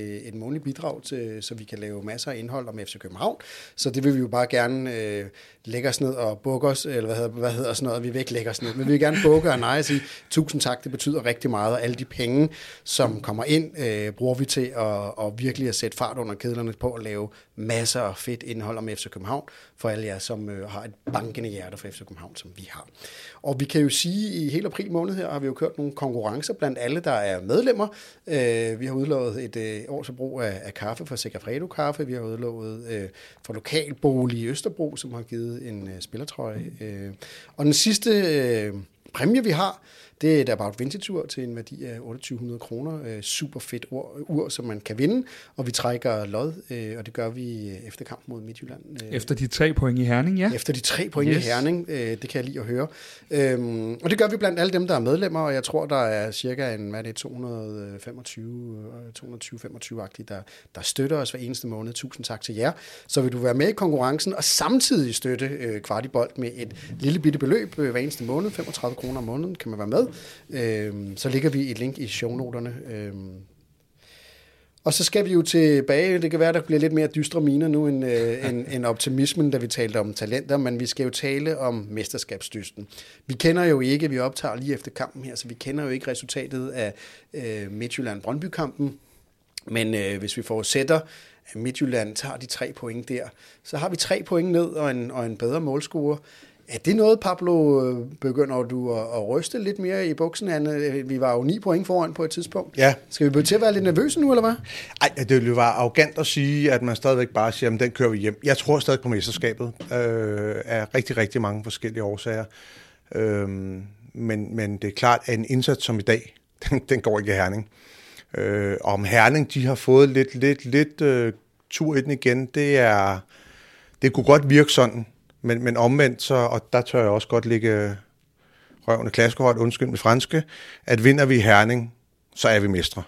et månedligt bidrag, til, så vi kan lave masser af indhold om F C København. Så det vil vi jo bare gerne øh, lægge os ned og bukke os, eller hvad hedder, hvad hedder sådan noget, vi vil ikke lægge os ned, men vi vil gerne bukke og nej og sige, tusind tak, det betyder rigtig meget, og alle de penge, som kommer ind, øh, bruger vi til at, at virkelig at sætte fart under kedlerne på at lave masser af fedt indhold om F C København, for alle jer, som øh, har et bankende hjerte for F C København, som vi har. Og vi kan jo sige, at i hele april måned her har vi jo kørt nogle konkurrencer blandt alle, der er medlemmer. Øh, vi har udlovet et øh, årsforbrug af, af kaffe fra Segafredo Kaffe. Vi har udlovet øh, for Lokalbolig i Østerbro, som har givet en øh, spillertrøje. Øh. Og den sidste øh, præmie, vi har, det er et About Vintage-ur til en værdi af otteogtyve hundrede kroner. Øh, super fedt ur, ur, som man kan vinde. Og vi trækker lod, øh, og det gør vi efter kamp mod Midtjylland. Øh, efter de tre point i Herning, ja. Efter de tre point yes. i Herning. Øh, det kan jeg lide at høre. Øhm, og det gør vi blandt alle dem, der er medlemmer. Og jeg tror, der er cirka en, hvad er det, to hundrede og femogtyve, to hundrede og tyve femogtyve-agtige, der, der støtter os hver eneste måned. Tusind tak til jer. Så vil du være med i konkurrencen og samtidig støtte øh, Kvartibolt med et lille bitte beløb øh, hver eneste måned. femogtredive kroner om måneden kan man være med. Øhm, så lægger vi et link i shownoterne. Øhm. Og så skal vi jo tilbage. Det kan være, der bliver lidt mere dystre miner nu end, øh, end, end optimismen, da vi talte om talenter, men vi skal jo tale om mesterskabsdysten. Vi kender jo ikke, vi optager lige efter kampen her, så vi kender jo ikke resultatet af øh, Midtjylland-Brøndby-kampen. Men øh, hvis vi forudsætter, at Midtjylland tager de tre point der, så har vi tre point ned og en, og en bedre målscorer. Er det noget, Pablo, begynder du at, at ryste lidt mere i buksen? Anne? Vi var jo ni point foran på et tidspunkt. Ja. Skal vi begynde til at være lidt nervøse nu, eller hvad? Ej, det ville jo være arrogant at sige, at man stadigvæk bare siger, at den kører vi hjem. Jeg tror stadig på mesterskabet øh, af rigtig, rigtig mange forskellige årsager. Øh, men, men det er klart, at en indsats som i dag, den, den går ikke i Herning. Øh, og om Herning, de har fået lidt, lidt, lidt øh, tur i den igen, det er, det kunne godt virke sådan. Men, men omvendt, så, og der tør jeg også godt ligge røvende klaskehold, undskyld med franske, at vinder vi Herning, så er vi mestre.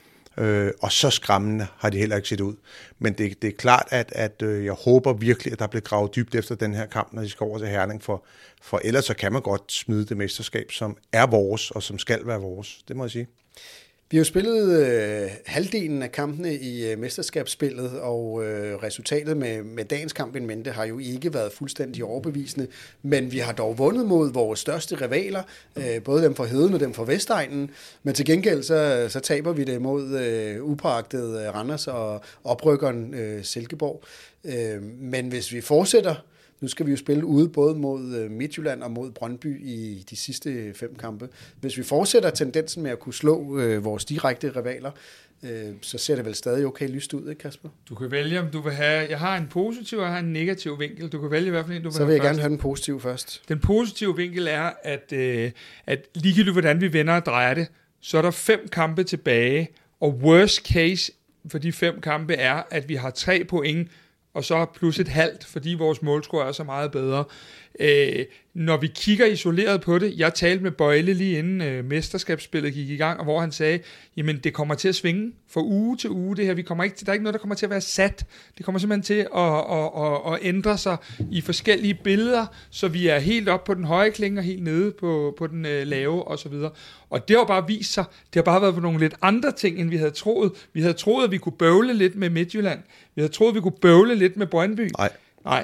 Øh, og så skræmmende har de heller ikke set ud. Men det, det er klart, at, at øh, jeg håber virkelig, at der bliver gravet dybt efter den her kamp, når de skal over til Herning, for, for ellers så kan man godt smide det mesterskab, som er vores, og som skal være vores. Det må jeg sige. Vi har jo spillet øh, halvdelen af kampene i øh, mesterskabsspillet, og øh, resultatet med, med dagens kamp in mente har jo ikke været fuldstændig overbevisende, men vi har dog vundet mod vores største rivaler, øh, både dem fra Heden og dem fra Vestegnen, men til gengæld så, så taber vi det mod øh, upåagtet øh, Randers og oprykkeren øh, Silkeborg. Øh, men hvis vi fortsætter, nu skal vi jo spille ude både mod Midtjylland og mod Brøndby i de sidste fem kampe. Hvis vi fortsætter tendensen med at kunne slå øh, vores direkte rivaler, øh, så ser det vel stadig okay lyst ud, ikke Kasper? Du kan vælge, om du vil have... Jeg har en positiv og jeg har en negativ vinkel. Du kan vælge i hvert fald en, du vil Så vil jeg have gerne have den positive først. Den positive vinkel er, at, øh, at ligegyldigt hvordan vi vender og drejer det, så er der fem kampe tilbage, og worst case for de fem kampe er, at vi har tre point, og så plus et halvt, fordi vores målscore er så meget bedre. Øh, når vi kigger isoleret på det, jeg talte med Bøjle lige inden øh, mesterskabsspillet gik i gang, og hvor han sagde, jamen det kommer til at svinge fra uge til uge, det her, vi kommer ikke til, der er ikke noget, der kommer til at være sat, det kommer simpelthen til at, at, at, at ændre sig i forskellige billeder, så vi er helt op på den høje klinge og helt nede på, på den øh, lave og så videre. Og det har bare vist sig, det har bare været på nogle lidt andre ting, end vi havde troet. Vi havde troet, at vi kunne bøvle lidt med Midtjylland. Vi havde troet, at vi kunne bøvle lidt med Brøndby. Nej. Nej.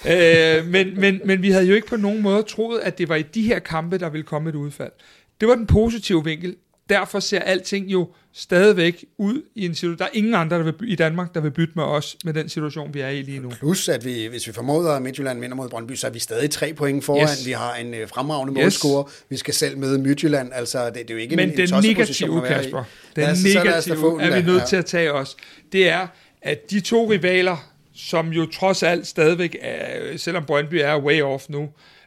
øh, men, men, men vi havde jo ikke på nogen måde troet, at det var i de her kampe, der ville komme et udfald. Det var den positive vinkel. Derfor ser alting jo stadigvæk ud i en situation. Der er ingen andre der vil, i Danmark, der vil bytte med os med den situation, vi er i lige nu. Plus, at vi, hvis vi formoder, at Midtjylland vinder mod Brøndby, så er vi stadig tre point foran. Yes. Vi har en uh, fremragende målscorer. Yes. Vi skal selv møde Midtjylland. Altså, det, det er jo ikke Men en, den en negative, Kasper, den altså, negative er vi nødt ja. til at tage os. Det er, at de to rivaler, som jo trods alt stadigvæk er, selvom Brøndby er way off nu,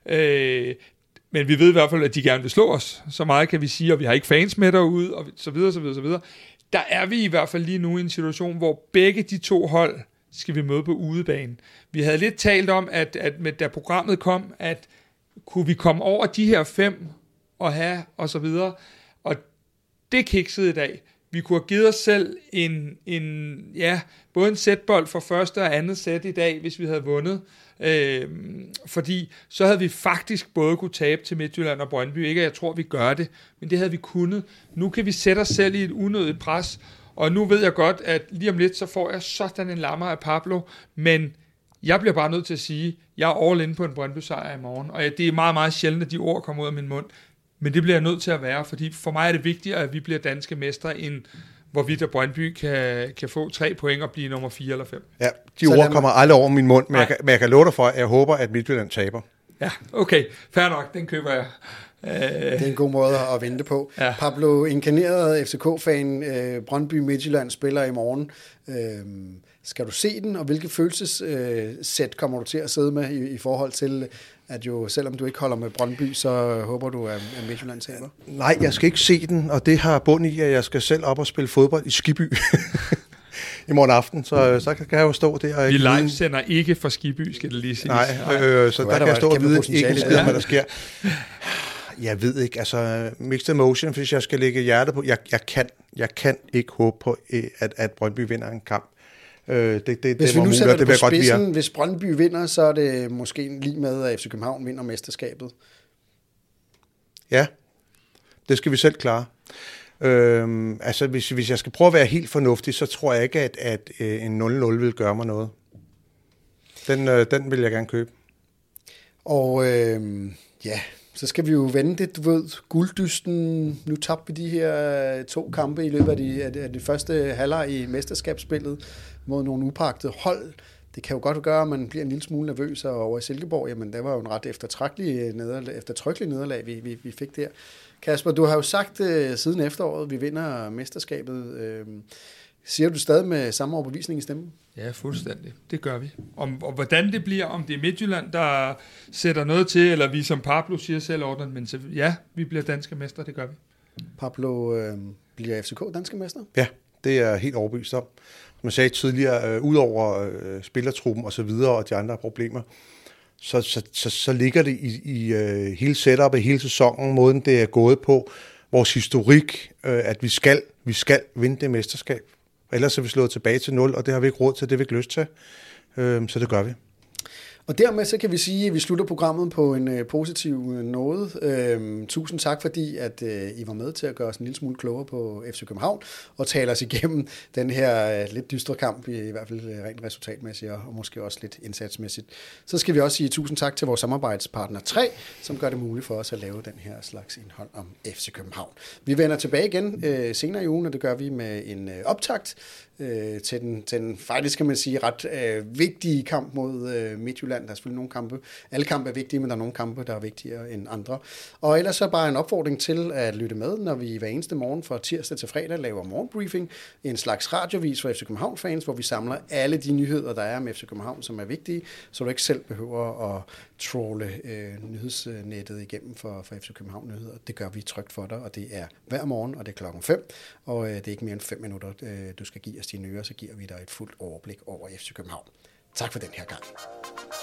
øh, men vi ved i hvert fald, at de gerne vil slå os. Så meget kan vi sige, og vi har ikke fans med derude, og så videre, så videre, så videre. Der er vi i hvert fald lige nu i en situation, hvor begge de to hold skal vi møde på udebane. Vi havde lidt talt om, at, at med, da programmet kom, at kunne vi komme over de her fem og have, og så videre. Og det kiksede i dag. Vi kunne have givet os selv en, en ja, både en sætbold for første og andet sæt i dag, hvis vi havde vundet. Øh, fordi så havde vi faktisk både kunne tabe til Midtjylland og Brøndby. Ikke at jeg tror, vi gør det, men det havde vi kunnet. Nu kan vi sætte os selv i et unødigt pres, Og nu ved jeg godt, at lige om lidt, så får jeg sådan en lammer af Pablo, men jeg bliver bare nødt til at sige, jeg er all in på en Brøndby-sejr i morgen, og det er meget, meget sjældent, at de ord kommer ud af min mund, men det bliver jeg nødt til at være, fordi for mig er det vigtigere, at vi bliver danske mestre, end hvorvidt at Brøndby kan, kan få tre point og blive nummer fire eller fem. Ja, de ord kommer aldrig over min mund, men jeg, kan, men jeg kan love dig for, at jeg håber, at Midtjylland taber. Ja, okay, fair nok, den køber jeg. Det er en god måde at vente på. Ja. Pablo, inkarneret F C K-fan, øh, Brøndby Midtjylland spiller i morgen. Øh, skal du se den, og hvilke følelsessæt øh, kommer du til at sidde med i, i forhold til, at jo selvom du ikke holder med Brøndby, så håber du, at, at Midtjylland taber? Nej, jeg skal ikke se den, og det har bund i, at jeg skal selv op og spille fodbold i Skiby i morgen aften, så, så kan jeg jo stå der. Og Vi live sender ikke fra Skiby, skal det lige sige. Nej, øh, så der, der kan jeg stå og vide ikke en skid, hvad der sker. Jeg ved ikke, altså mixed emotion, hvis jeg skal lægge hjertet på, jeg, jeg, kan, jeg kan ikke håbe på, at, at Brøndby vinder en kamp. Øh, det, det, hvis det vi nu muligt, sætter det, det på spidsen, godt, hvis Brøndby vinder, så er det måske lige med, at F C København vinder mesterskabet. Ja, det skal vi selv klare. Øhm, altså hvis, hvis jeg skal prøve at være helt fornuftig, så tror jeg ikke, at, at en nul nul vil gøre mig noget. Den, øh, den vil jeg gerne købe. Og øh, ja, så skal vi jo vende det, du ved, gulddysten. Nu tabte vi de her to kampe i løbet af de, af de første halvleg i mesterskabsspillet mod nogle upagtede hold. Det kan jo godt gøre, at man bliver en lille smule nervøs, og over i Silkeborg, jamen det var jo en ret eftertragtelig nederlag, eftertrykkelig nederlag, vi, vi, vi fik der. Kasper, du har jo sagt uh, siden efteråret, vi vinder mesterskabet. Uh, siger du stadig med samme overbevisning i stemmen? Ja, fuldstændig. Det gør vi. Om, og hvordan det bliver, om det er Midtjylland, der sætter noget til, eller vi som Pablo siger selv ordentligt, men så, ja, vi bliver danske mestre, det gør vi. Pablo, uh, bliver F C K danske mester? Ja, det er jeg helt overbevist om. Som jeg sagde tidligere, uh, ud over uh, spillertruppen og så videre, og de andre problemer, så, så, så, så ligger det i, i uh, hele setupet, hele sæsonen, måden det er gået på, vores historik, uh, at vi skal, vi skal vinde det mesterskab. Ellers er vi slået tilbage til nul, og det har vi ikke råd til, det har vi ikke lyst til. Uh, så det gør vi. Og dermed så kan vi sige, at vi slutter programmet på en øh, positiv øh, noget. Øhm, tusind tak, fordi at øh, I var med til at gøre os en lille smule klogere på F C København og tale os igennem den her øh, lidt dystre kamp, i, i hvert fald øh, rent resultatmæssigt og, og måske også lidt indsatsmæssigt. Så skal vi også sige tusind tak til vores samarbejdspartner tre, som gør det muligt for os at lave den her slags indhold om F C København. Vi vender tilbage igen øh, senere i ugen, og det gør vi med en øh, optakt øh, til, den, til den faktisk, kan man sige, ret øh, vigtige kamp mod øh, Midtjylland. Der er selvfølgelig nogle kampe. Alle kampe er vigtige, men der er nogle kampe, der er vigtigere end andre. Og ellers så bare en opfordring til at lytte med, når vi hver eneste morgen fra tirsdag til fredag laver morgenbriefing. En slags radiovis for F C København-fans, hvor vi samler alle de nyheder, der er om F C København, som er vigtige, så du ikke selv behøver at trolle øh, nyhedsnettet igennem for, for F C København-nyheder. Det gør vi trygt for dig, og det er hver morgen, og det er klokken fem. Og øh, det er ikke mere end fem minutter, øh, du skal give os dine ører, så giver vi dig et fuldt overblik over F C København. Tak for den her gang.